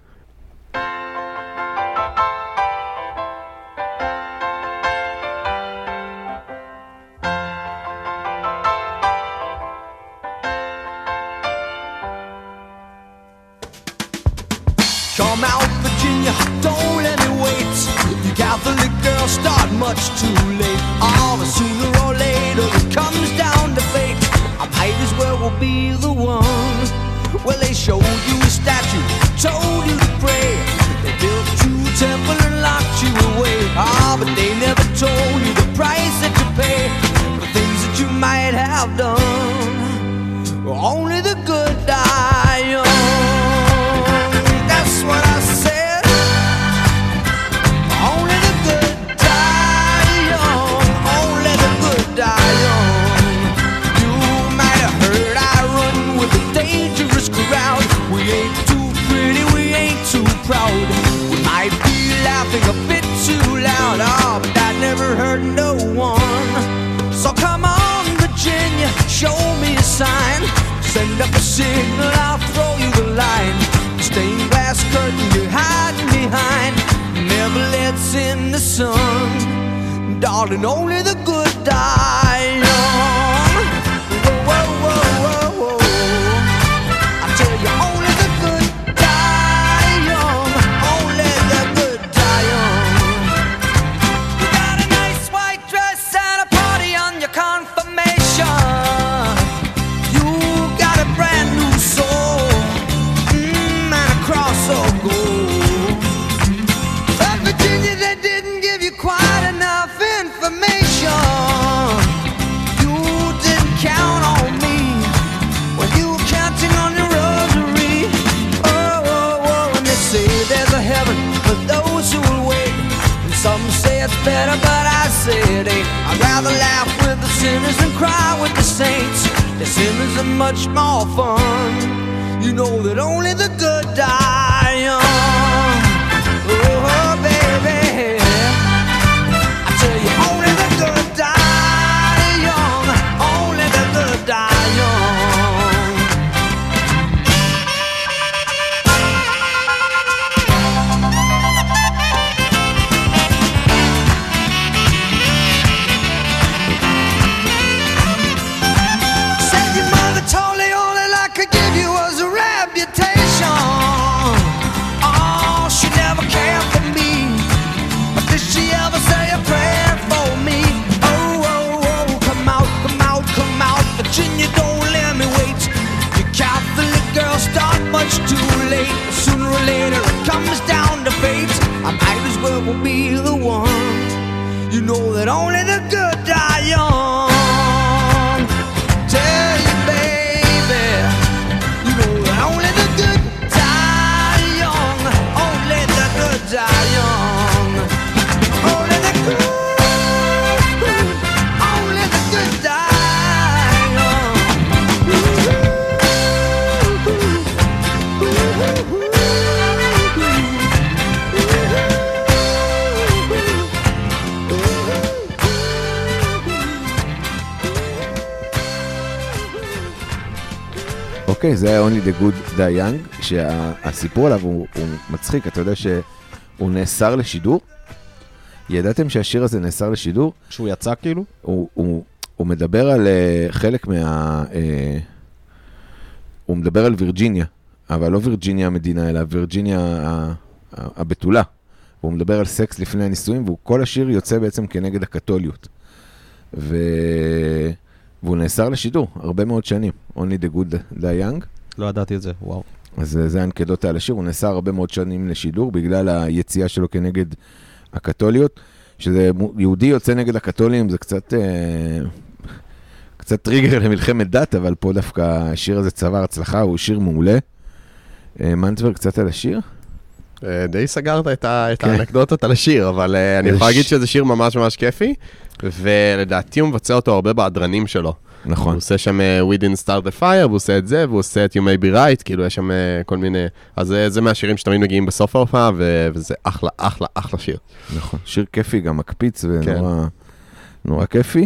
Come out, Virginia, don't let me wait. You Catholic girls start much too late. Oh, but sooner or later it comes down to fate. I might as well will be the one. Well, they showed you a statue, told you to pray. They built you a temple and locked you away. Ah, but they never told you the price that you pay for things that you might have done. Only the good die young. That's what I said. Only the good die young. Only the good die young. You might have heard I run with a dangerous crowd. We ain't too pretty, we ain't too proud. We might be laughing a bit too loud. Oh, but that never hurt no one. So come on, Virginia, show me a sign. Send up a signal, I'll throw you the line. Stained glass curtain you're hiding behind never lets in the sun. Darling, only the good die young. Whoa, whoa, whoa, whoa, whoa. I tell you, only the good die young. Only the good die young. You got a nice white dress and a party on your confirmation. You got a brand new soul. Cross of gold. But Virginia, they didn't give you quite enough information. You didn't count on me when you were counting on your rosary. Oh, oh, oh, and they say there's a heaven for those who will wait. And some say it's better, but I say it ain't. I'd rather laugh with the sinners than cry with the saints. The sinners are much more fun. You know that only the good die young. Oh, baby. I tell you, only the good die young. Only the good die young. Said your mother told me all that I could give you was a reputation. Oh, she never cared for me, but did she ever say a prayer for me? Oh, oh, oh, come out, come out, come out, Virginia, don't let me wait. You Catholic girls start much too late. Sooner or later it comes down to fate. I might as well be the one. You know that only the good die young. Tell you, baby. Only the good die young. Only the good die young. Only the good. Only the good die young.
אוקיי, זה היה Only the Good Die Young, שהסיפור עליו הוא מצחיק, אתה יודע שהוא נאסר לשידור? ידעתם שהשיר הזה נאסר לשידור?
שהוא יצא כאילו?
הוא מדבר על חלק הוא מדבר על וירג'יניה, אבל לא וירג'יניה המדינה, אלא וירג'יניה הבתולה. הוא מדבר על סקס לפני הנישואים, וכל השיר יוצא בעצם כנגד הקתוליות. והוא נאסר לשידור, הרבה מאוד שנים. Only the Good Die Young.
לא ידעתי את זה, וואו.
אז זה האנקדוטה על השיר, הוא נאסר הרבה מאוד שנים לשידור, בגלל היציאה שלו כנגד הקתוליות, שזה יהודי יוצא נגד הקתולים, זה קצת טריגר למלחמת דת, אבל פה דווקא השיר הזה צבר הצלחה, הוא שיר מעולה. מנטבר קצת על השיר?
די סגרת את האנקדוטות על השיר, אבל אני יכול להגיד שזה שיר ממש ממש כיפי, ולדעתי הוא מבצע אותו הרבה באדרנים שלו.
נכון.
הוא עושה שם We Didn't Start the Fire, והוא עושה את זה, והוא עושה את You May Be Right, כאילו יש שם כל מיני... אז זה מהשירים שתמיד מגיעים בסוף ההופעה, וזה אחלה, אחלה, אחלה שיר.
נכון, שיר כיפי, גם מקפיץ ונורא כיפי.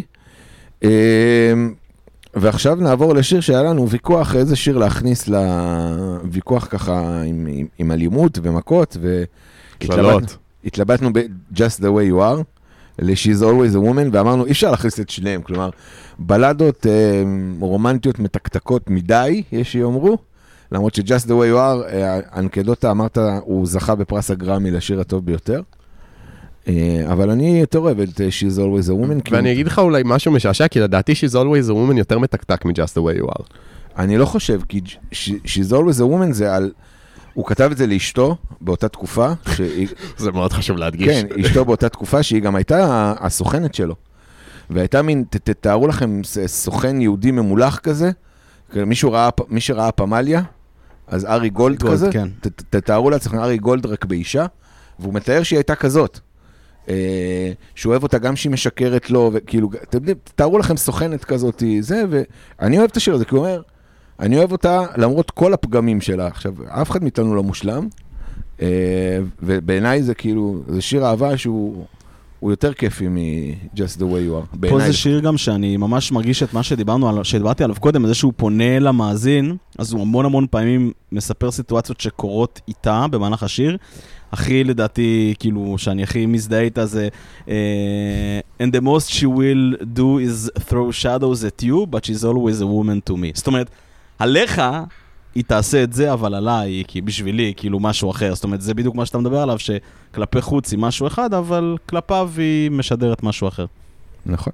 ועכשיו נעבור לשיר שהיה לנו ויכוח, איזה שיר להכניס לוויכוח ככה עם אלימות ומכות, והתלבטנו ב-Just the way you are, ל-She's always a woman, ואמרנו, אי אפשר להכניס את שניהם, כלומר, בלדות רומנטיות מתקתקות מדי, יש שיאמרו, למרות ש-Just the way you are, אנקדוטה אמרת, הוא זכה בפרס הגרמי לשיר הטוב ביותר, אבל אני יותר אוהב את She's always a woman.
ואני אגיד לך אולי משהו משעשע, כי לדעתי She's always a woman יותר מתקתק מ-Just the way you are.
אני לא חושב, כי She's always a woman זה על... הוא כתב את זה לאשתו באותה תקופה.
זה מאוד חשוב להדגיש.
כן, אשתו באותה תקופה שהיא גם הייתה הסוכנת שלו. והייתה מין, תתארו לכם, סוכן יהודי ממולח כזה, מי שראה פמליה, אז ארי גולד כזה, תתארו לעצמכם ארי גולד רק באישה, והוא מתאר שהיא הייתה כזאת. שהוא אוהב אותה גם שהיא משקרת לו, וכאילו, תתארו לכם סוכנת כזאת, זה, ואני אוהב את השיר הזה, כי הוא אומר, אני אוהב אותה למרות כל הפגמים שלה. עכשיו, אף אחד מאיתנו לא מושלם, ובעיניי זה כאילו, זה שיר אהבה שהוא יותר כיפי מ-Just the way you are.
פה זה שיר גם שאני ממש מרגיש את מה שדיברתי עליו קודם, זה שהוא פונה למאזין, אז הוא המון פעמים מספר סיטואציות שקורות איתה במהלך השיר, הכי לדעתי, כאילו, שאני הכי מזדהה איתה זה and the most she will do is throw shadows at you, but she's always a woman to me. זאת אומרת, עליך היא תעשה את זה, אבל עליי, כי בשבילי, כאילו משהו אחר. זאת אומרת, זה בדיוק מה שאתה מדבר עליו, שכלפי חוץ היא משהו אחד, אבל כלפיו היא משדרת משהו אחר.
נכון.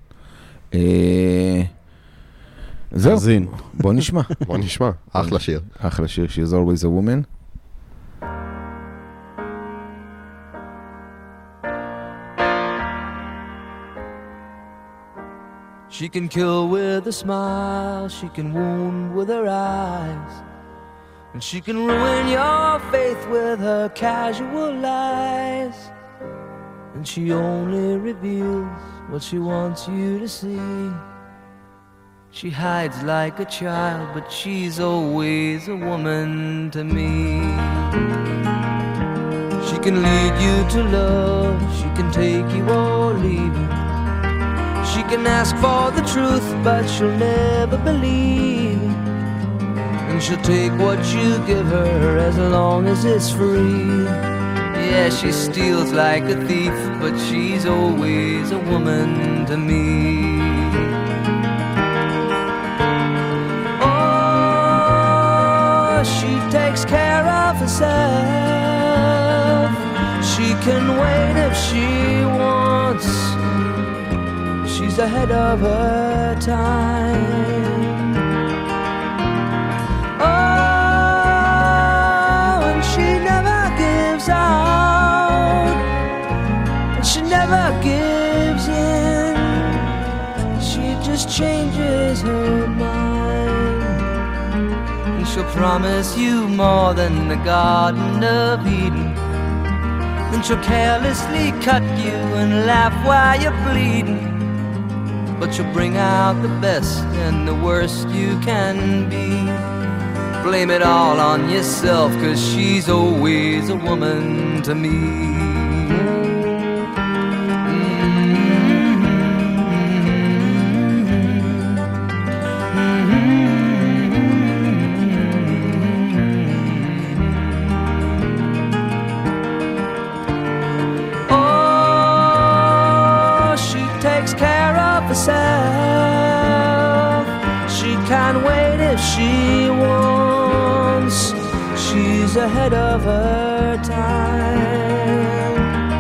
זהו, בוא נשמע.
בוא נשמע, אחלה שיר.
אחלה שיר, She's always a woman.
She can kill with a smile, she can wound with her eyes, and she can ruin your faith with her casual lies. And she only reveals what she wants you to see. She hides like a child, but she's always a woman to me. She can lead you to love, she can take you or leave you. She can ask for the truth, but she'll never believe. And she'll take what you give her as long as it's free. Yeah, she steals like a thief, but she's always a woman to me. Oh, she takes care of herself. She can wait if she wants. She's ahead of her time. Oh, and she never gives out, and she never gives in. She just changes her mind, and she'll promise you more than the Garden of Eden. Then she'll carelessly cut you and laugh while you're bleeding. But you'll bring out the best and the worst you can be. Blame it all on yourself, 'cause she's always a woman to me. Herself. She can't wait if she wants. She's ahead of her time.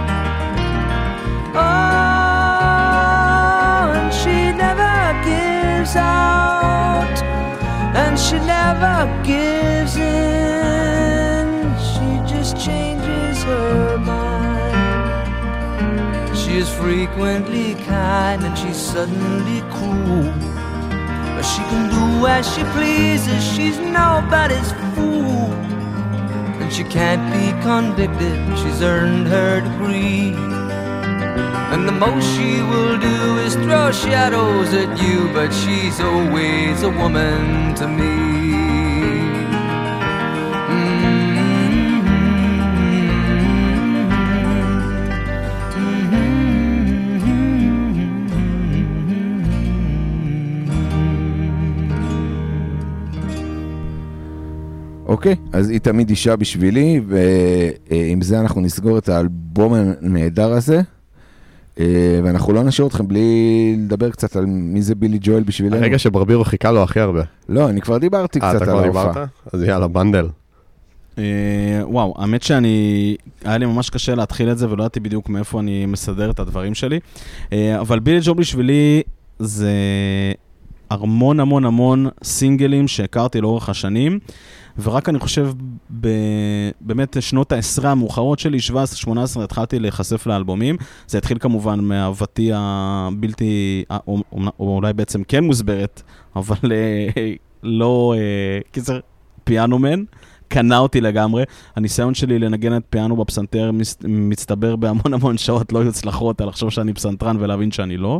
Oh, and she never gives out, and she never gives in. She just changes her mind. She is frequently kind and she's suddenly cruel. But she can do as she pleases, she's nobody's fool. And she can't be convicted, she's earned her degree. And the most she will do is throw shadows at you, but she's always a woman to me.
אוקיי, אז היא תמיד אישה בשבילי, ועם זה אנחנו נסגור את האלבום הנהדר הזה, ואנחנו לא נשאיר אתכם בלי לדבר קצת על מי זה בילי ג'ואל בשבילנו.
הרגע שברבירו חיכה לו הכי הרבה.
לא, אני כבר דיברתי קצת על
אתה כבר
ההופעה.
דיברת? אז יאללה, בנדל.
וואו, האמת היה לי ממש קשה להתחיל את זה, ולא ידעתי בדיוק מאיפה אני מסדר את הדברים שלי, אבל בילי ג'ואל בשבילי זה המון המון המון סינגלים שהכרתי לאורך השנים, ורק אני חושב, באמת שנות העשרה המאוחרות שלי, 17-18, התחלתי להיחשף לאלבומים. זה התחיל כמובן מאהבתי הבלתי, או אולי בעצם כן מוסברת, אבל לא, קיצר, פיאנומן. קנה אותי לגמרי. הניסיון שלי לנגן את פיאנו בפסנתר מצטבר בהמון המון שעות לא יוצלחות על לחשוב שאני פסנתרן ולהבין שאני לא.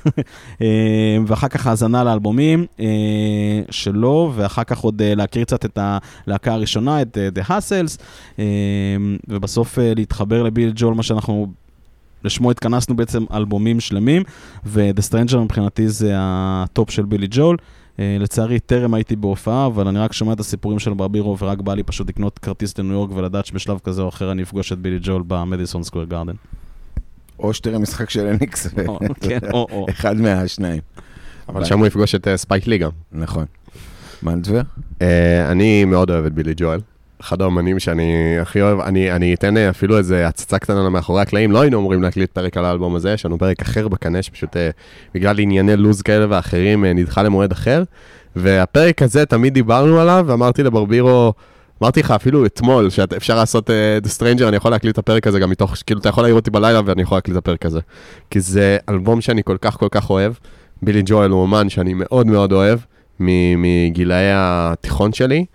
ואחר כך האזנה לאלבומים שלו, ואחר כך עוד להכיר קצת את הלהקה הראשונה, את The Hustles, ובסוף להתחבר לביל ג'ול, מה שאנחנו לשמו התכנסנו בעצם אלבומים שלמים, ו-The Stranger מבחינתי זה הטופ של בילי ג'ול. לצערי, טרם הייתי בהופעה, אבל אני רק שומע את הסיפורים של ברבירו, ורק בא לי פשוט לקנות כרטיס לניו יורק ולדעת שבשלב כזה או אחר אני אפגוש את בילי ג'ול במדיסון סקוור גארדן.
או שתראה משחק של אניקס, אחד מהשניים.
אבל שם הוא יפגוש את ספייק לי גם.
נכון. מה נדבר?
אני מאוד אוהב את בילי ג'ואל. אחד האמנים שאני הכי אוהב, אני אתן אפילו איזה הצצה קטנה מאחורי הקלעים, לא היינו אמורים להקליט פרק על האלבום הזה, יש לנו פרק אחר בקנה, שפשוט בגלל ענייני לוז כאלה ואחרים נדחה למועד אחר, והפרק הזה תמיד דיברנו עליו, ואמרתי לברבירו, אמרתי לך אפילו אתמול, שאפשר לעשות The Stranger, אני יכול להקליט את הפרק הזה גם מתוך, כאילו אתה יכול להעיר אותי בלילה ואני יכול להקליט את הפרק הזה, כי זה אלבום שאני כל כך אוהב, בילי ג'ואל הוא אומן שאני מאוד מאוד אוהב, מגילאי התיכון שלי,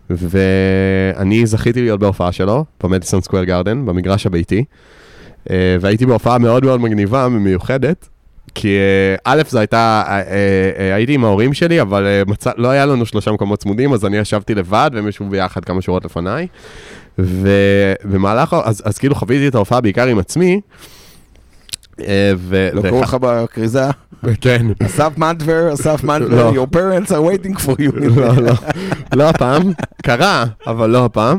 ואני זכיתי להיות בהופעה שלו, במדיסון סקוור גארדן, במגרש הביתי, והייתי בהופעה מאוד מאוד מגניבה, מיוחדת, כי א' זה הייתה, הייתי עם ההורים שלי, אבל לא היה לנו 3 מקומות צמודים, אז אני ישבתי לבד, והם ישבו ביחד כמה שורות לפניי, ובמהלך, אז כאילו חוויתי את ההופעה בעיקר עם עצמי,
לא קראו לך בקריזה?
כן.
אסף מנדבר, your parents are waiting for you.
לא הפעם, קרה, אבל לא הפעם.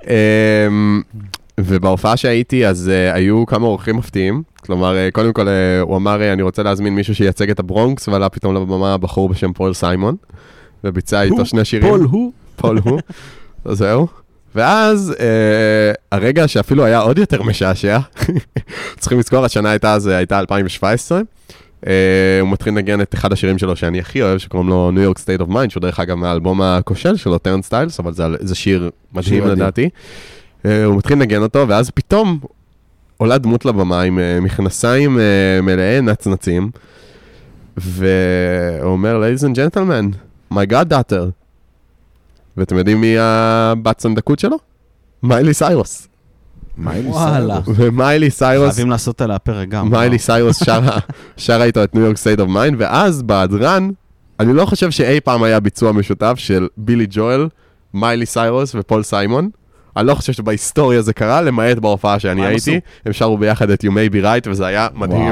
ובהופעה שהייתי, אז היו כמה אורחים מפתיעים. כלומר, קודם כל, הוא אמר, אני רוצה להזמין מישהו שייצג את הברונקס, ועלה פתאום לבמה בחור בשם פול סיימון, וביצע איתו 2 שירים. פול הוא. זהו. ואז הרגע שאפילו היה עוד יותר משעשע, צריכים לזכור, השנה הייתה 2017, הוא מתחיל לנגן את אחד השירים שלו שאני הכי אוהב, שקוראים לו New York State of Mind, שהוא דרך אגב מהאלבום הכושל שלו, Turnstiles, אבל זה שיר מדהים לדעתי. הוא מתחיל לנגן אותו, ואז פתאום עולה דמות לבמה עם מכנסיים מלאי נצנצים, והוא אומר, Ladies and gentlemen, my goddaughter. ואתם יודעים מי הבת סנדקות שלו? מיילי סיירוס.
וואלה.
ומיילי סיירוס...
חייבים לעשות עליה פרק גם.
מיילי סיירוס שרה איתו את ניו יורק סטייט אוף מיינד, ואז בהדרן, אני לא חושב שאי פעם היה ביצוע משותף של בילי ג'ואל, מיילי סיירוס ופול סיימון. אני לא חושב שבהיסטוריה זה קרה, למעט בהופעה שאני הייתי. הם שרו ביחד את You May Be Right, וזה היה מדהים.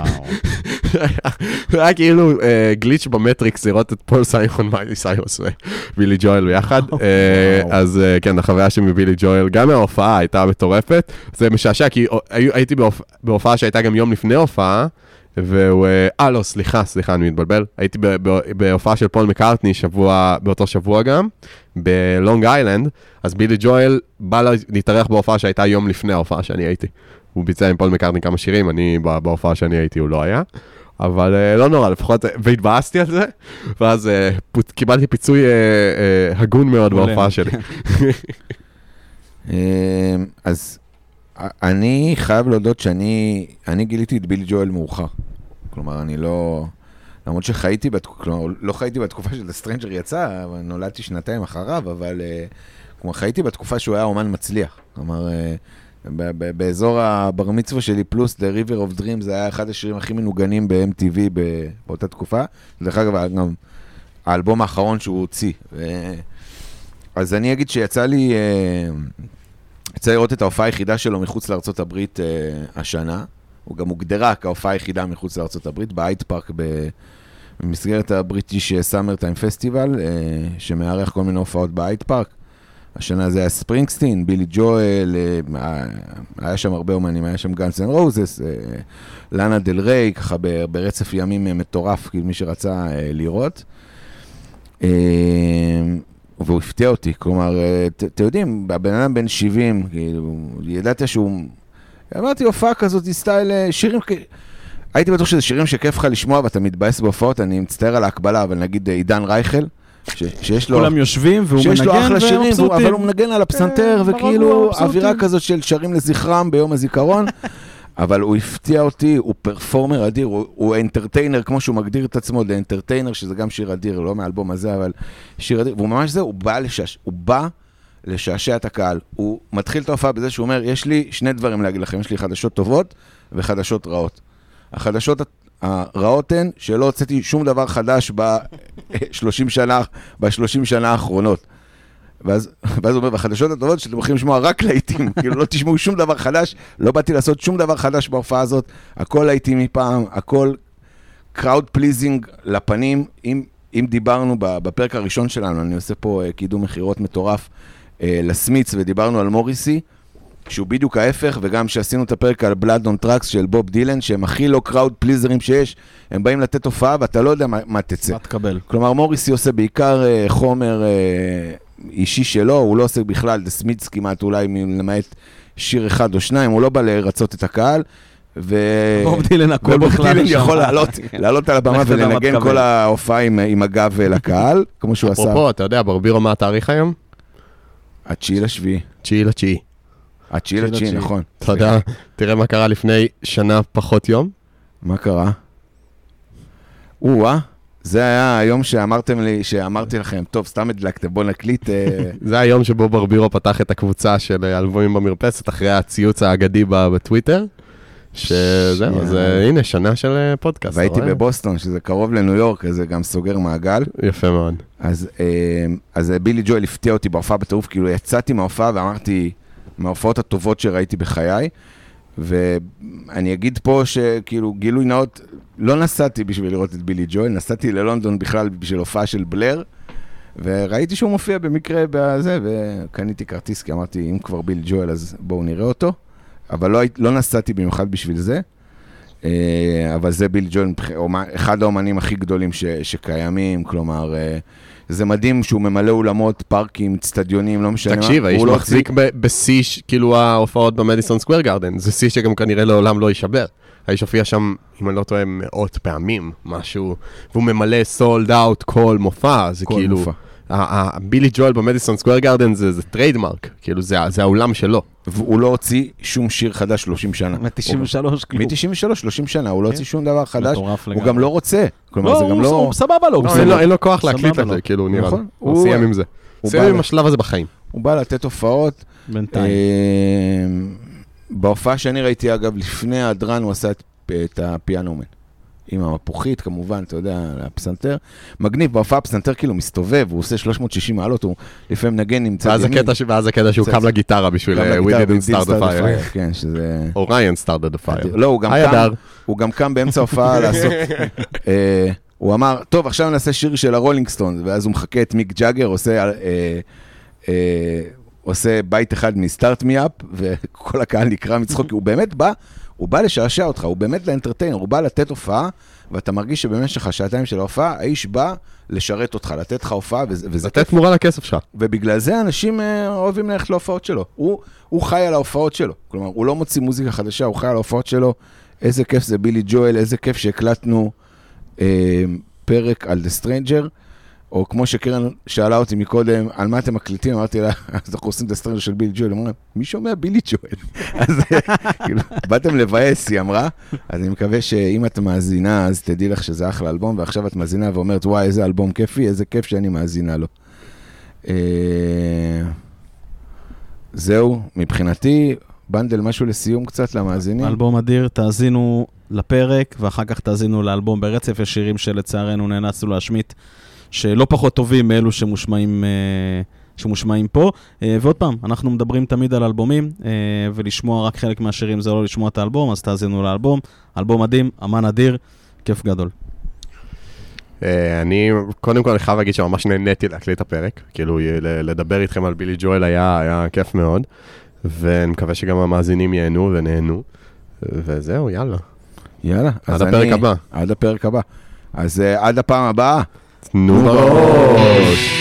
היה כאילו גליץ' במטריקס לראות את פול סיימון, מיילי סיירוס ובילי ג'ואל ביחד. אז כן, החוויה שמבילי ג'ואל, גם מההופעה הייתה מטורפת. זה משעשע, כי הייתי בהופעה שהייתה גם יום לפני הופעה, והוא, לא, סליחה, אני מתבלבל. הייתי בהופעה של פול מקארטני באותו שבוע גם, בלונג איילנד, אז בילי ג'ואל בא להתארח בהופעה שהייתה יום לפני ההופעה שאני הייתי. הוא ביצע עם פול מקארטני כמה שירים, אני בהופעה שאני הייתי הוא לא היה, אבל לא נורא, לפחות, והתבאסתי על זה, ואז קיבלתי פיצוי הגון מאוד בהופעה שלי.
אז אני חייב להודות שאני גיליתי את בילי ג'ואל מאוחר. כלומר, אני לא... למרות שחייתי, כלומר, לא חייתי בתקופה של The Stranger יצא, נולדתי 2 אחריו, אבל כלומר, חייתי בתקופה שהוא היה אומן מצליח. כלומר, באזור הבר מצווה שלי פלוס, The River of Dreams, זה היה אחד השירים הכי מנוגנים ב-MTV באותה תקופה. דרך אגב, גם האלבום האחרון שהוא הוציא. אז אני אגיד שיצא לי לראות את ההופעה היחידה שלו מחוץ לארצות הברית השנה. הוא גם הוגדרה כהופעה היחידה מחוץ לארצות הברית, בהייד פארק במסגרת הבריטיש סאמר טיים פסטיבל, שמארח כל מיני הופעות בהייד פארק. השנה זה היה ספרינגסטין, בילי ג'ואל, היה שם הרבה אומנים, היה שם גאנס אנד רוזס, לאנה דל ריי, ככה ברצף ימים מטורף, כאילו מי שרצה לראות. והוא הפתיע אותי, כלומר, אתם יודעים, הבן אדם בן 70, כאילו, ידעתי שהוא... אמרתי, הופעה כזאת, סטייל שירים... הייתי בטוח שזה שירים שכיף לך לשמוע, ואתה מתבאס בהופעות, אני מצטער על ההקבלה, אבל נגיד עידן רייכל, שיש לו...
כולם יושבים והוא מנגן,
שיש לו אחלה שירים, אבל הוא מנגן על הפסנתר, וכאילו אווירה כזאת של שרים לזכרם ביום הזיכרון, אבל הוא הפתיע אותי, הוא פרפורמר אדיר, הוא אנטרטיינר, כמו שהוא מגדיר את עצמו, לאנטרטיינר, שזה גם שיר אדיר, לא מהאלבום הזה, אבל שיר אדיר, והוא ממש זה, הוא בא לשעשע את הקהל. הוא מתחיל את ההופעה בזה שהוא אומר, יש לי שני דברים להגיד לכם, יש לי חדשות טובות וחדשות רעות. החדשות הרעות הן שלא הוצאתי שום דבר חדש ב-30 שנה האחרונות. ואז הוא אומר, בחדשות הטובות שאתם הולכים לשמוע רק להיטים, כאילו לא תשמעו שום דבר חדש, לא באתי לעשות שום דבר חדש בהופעה הזאת, הכל להיטים מפעם, הכל קראוד פליזינג לפנים. אם דיברנו בפרק הראשון שלנו, אני עושה פה קידום מחירות מטורף לסמיץ, ודיברנו על מוריסי, שהוא בדיוק ההפך, וגם שעשינו את הפרק על בלאד און טראקס של בוב דילן, שהם הכי לא קראוד פליזרים שיש, הם באים לתת הופעה ואתה לא יודע מה תצא.
מה תקבל.
כלומר, מוריסי עושה בעיקר חומר אישי שלו, הוא לא עושה בכלל, דה סמיץ כמעט אולי למעט שיר אחד או שניים, הוא לא בא לרצות את הקהל,
בוב דילן הכל בכלל.
ובוב דילן יכול לעלות על הבמה ולנגן כל ההופעה עם הגב לקהל, כמו שהוא עשה.
אפרופו, אתה יודע, ברבירו מה התאריך היום?
9/7. 9/9, נכון.
אתה יודע, תראה מה קרה לפני שנה פחות יום.
מה קרה? זה היה היום שאמרתי לכם, טוב, סתם הדלקתם, בוא נקליט.
זה היום שבו ברבירו פתח את הקבוצה של אלבומים במרפסת, אחרי הציוץ האגדי בטוויטר. שזהו, אז הנה, שנה של פודקאסט.
והייתי בבוסטון, שזה קרוב לניו יורק, אז זה גם סוגר מעגל.
יפה מאוד.
אז בילי ג'ואל הפתיע אותי בהופעה בטירוף, כאילו יצאתי מההופעה ואמרתי, מההופעות הטובות שראיתי בחיי, ואני אגיד פה שכאילו גילוי נאות, לא נסעתי בשביל לראות את בילי ג'ואל, נסעתי ללונדון בכלל בשביל הופעה של בלר, וראיתי שהוא מופיע במקרה בזה, וקניתי כרטיס, כי אמרתי, אם כבר בילי ג'ואל, אז בואו נראה אותו. אבל לא נסעתי במיוחד בשביל זה, אבל זה בילי ג'ואל, אחד האומנים הכי גדולים שקיימים, כלומר, זה מדהים שהוא ממלא אולמות, פארקים, צטדיונים, לא משנה מה.
תקשיב, האיש מחזיק בשיא, כאילו ההופעות במדיסון סקוואר גארדן, זה שיא שגם כנראה לעולם לא יישבר. האיש הופיע שם, אם אני לא טועה, מאות פעמים, משהו, והוא ממלא סולד אאוט כל מופע, זה כאילו... בילי ג'ואל במדיסון סקוואר גארדן זה טריידמרק, כאילו זה האולם שלו.
והוא לא הוציא שום שיר חדש 30 שנה.
מ-93 כלום.
מ-93, 30 שנה, הוא לא הוציא שום דבר חדש. הוא גם לא רוצה. כלומר, זה גם לא...
הוא סבבה לו.
אין לו כוח להקליט את זה, כאילו נראה. הוא סיים עם זה. סיים עם השלב הזה בחיים.
הוא בא לתת הופעות.
בינתיים.
בהופעה שאני ראיתי, אגב, לפני הדרן, הוא עשה את הפיאנומן. עם המפוחית, כמובן, אתה יודע, הפסנתר. מגניב, בהופעה הפסנתר כאילו מסתובב, הוא עושה 360 מעלות, הוא לפעמים נגן עם צד ימין.
ואז הקטע שהוא קם לגיטרה בשביל We Didn't Start the Fire.
כן, שזה...
אוריין started the fire.
לא, הוא גם קם באמצע הופעה לעשות... הוא אמר, טוב, עכשיו נעשה שיר של הרולינג סטונס, ואז הוא מחכה את מיק ג'אגר, עושה בית אחד מסטארט מי אפ, וכל הקהל נקרא מצחוק, כי הוא באמת בא, הוא בא לשעשע אותך, הוא באמת לאנטרטיינר, הוא בא לתת הופעה, ואתה מרגיש שבמשך השעתיים של ההופעה, האיש בא לשרת אותך, לתת לך הופעה, וזה...
לתת תמורה לכסף שלך.
ובגלל זה אנשים אוהבים ללכת להופעות שלו. הוא חי על ההופעות שלו. כלומר, הוא לא מוציא מוזיקה חדשה, הוא חי על ההופעות שלו. איזה כיף זה בילי ג'ואל, איזה כיף שהקלטנו פרק על The Stranger, או כמו שקרן שאלה אותי מקודם, על מה אתם מקליטים? אמרתי לה, אז אנחנו עושים את הסטרנג'ר של בילי ג'ואל. אמרה, מי שומע בילי ג'ואל? אז כאילו, באתם לבאס, היא אמרה. אז אני מקווה שאם את מאזינה, אז תדעי לך שזה אחלה אלבום, ועכשיו את מאזינה ואומרת, וואי, איזה אלבום כיפי, איזה כיף שאני מאזינה לו. זהו, מבחינתי, בנדל, משהו לסיום קצת למאזינים?
אלבום אדיר, תאזינו לפרק, ואחר כך תאזינו לאלבום ברצף. יש שירים שלצערנו נאנסנו להשמיט, שלא פחות טובים מאלו שמושמעים פה. ועוד פעם, אנחנו מדברים תמיד על אלבומים, ולשמוע רק חלק מהשירים זה לא לשמוע את האלבום, אז תאזינו לאלבום. אלבום מדהים, אמן אדיר, כיף גדול.
אני, קודם כל, אני חייב להגיד שממש נהניתי להקליט את הפרק. כאילו, לדבר איתכם על בילי ג'ואל היה כיף מאוד, ואני מקווה שגם המאזינים ייהנו ונהנו. וזהו, יאללה.
יאללה.
עד הפרק הבא.
עד הפרק הבא. אז עד הפעם הבאה.
תנו בראש.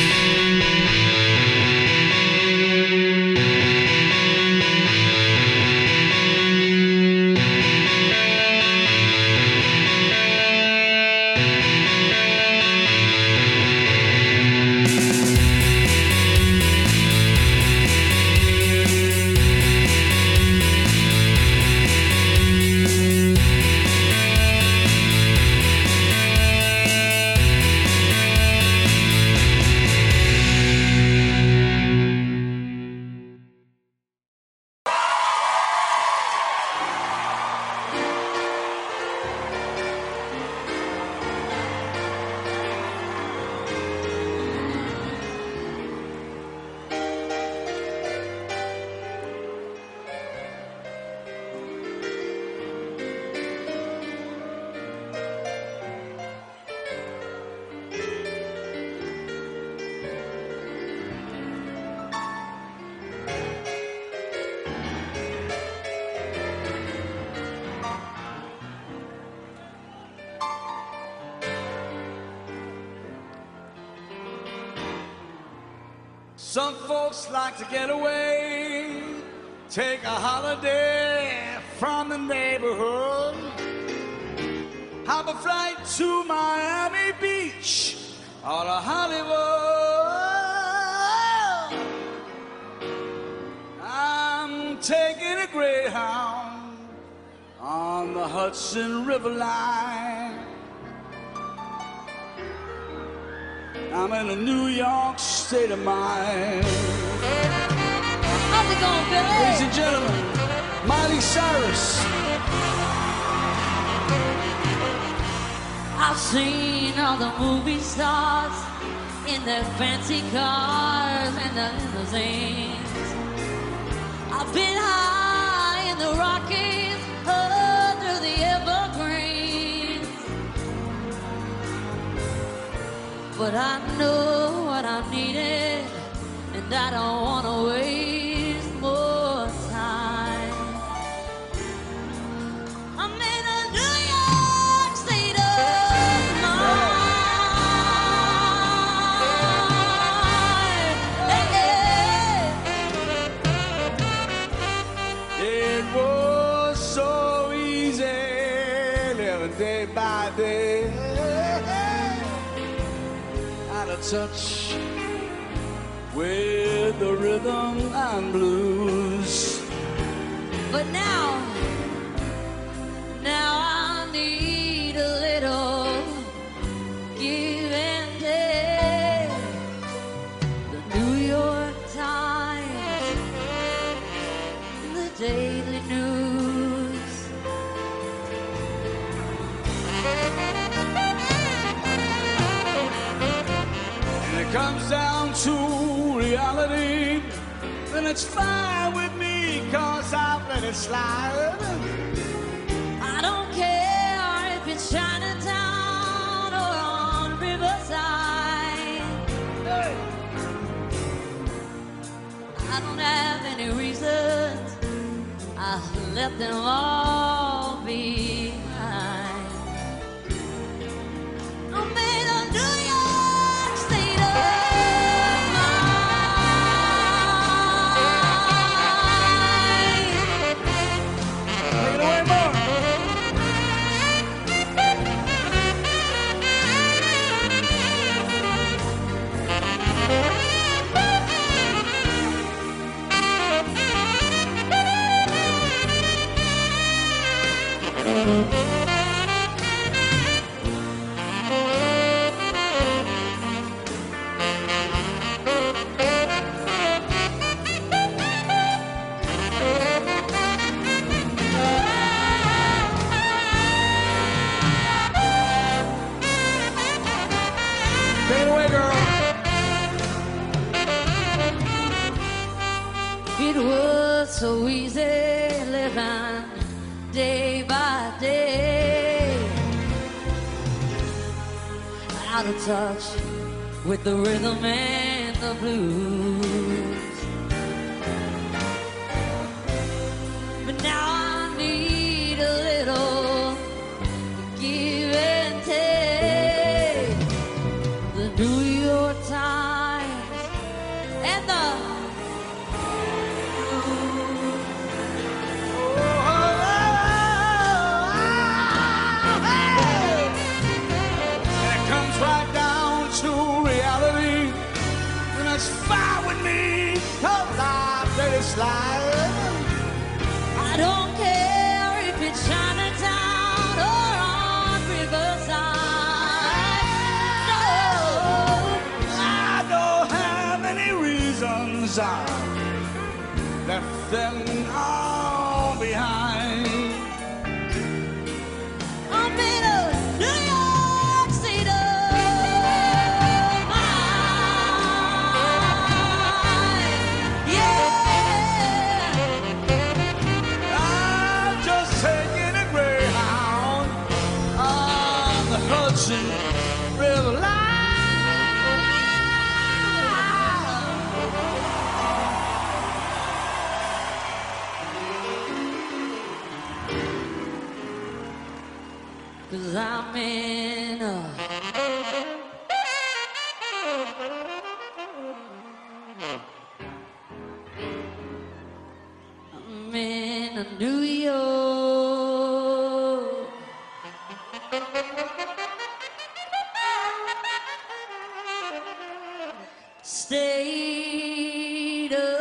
Some folks like to get away, take a holiday from the neighborhood, have a flight to Miami Beach or to Hollywood. I'm taking a Greyhound on the Hudson River line. I'm in a New York state of mind.
How's it going, Billy?
Ladies and gentlemen, Miley Cyrus.
I've seen all the movie stars in their fancy cars and the limousines. I've been high in the Rockies, through the Evergreens. But I know what I'm needing, and I don't want to waste more time. I'm in a New York state of mind. Hey,
It was so easy living day by day, out of touch with the rhythm and blues.
but now I need a little give and take. The New York Times, the Daily News.
And it comes down to reality, then it's fine with me, 'cause I've let it slide.
I don't care if it's Chinatown or on Riverside.
Hey.
I don't have any reasons. I've left them all behind. I'm in a New York state of mind.
Take it away, Mark.
so easy living day by day, out of touch with the rhythm and the blues. But now I need a little give and take. The New York Times and the
fire with me, 'cause I'm very slide.
I don't care if it's Chinatown or on Riverside. No,
I don't have any reasons. I left them all behind.
I'm in a New York City.
River line.
Cause I'm in a New York state of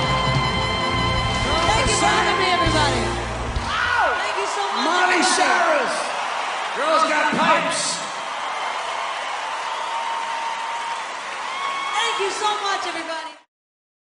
Money Sheriff.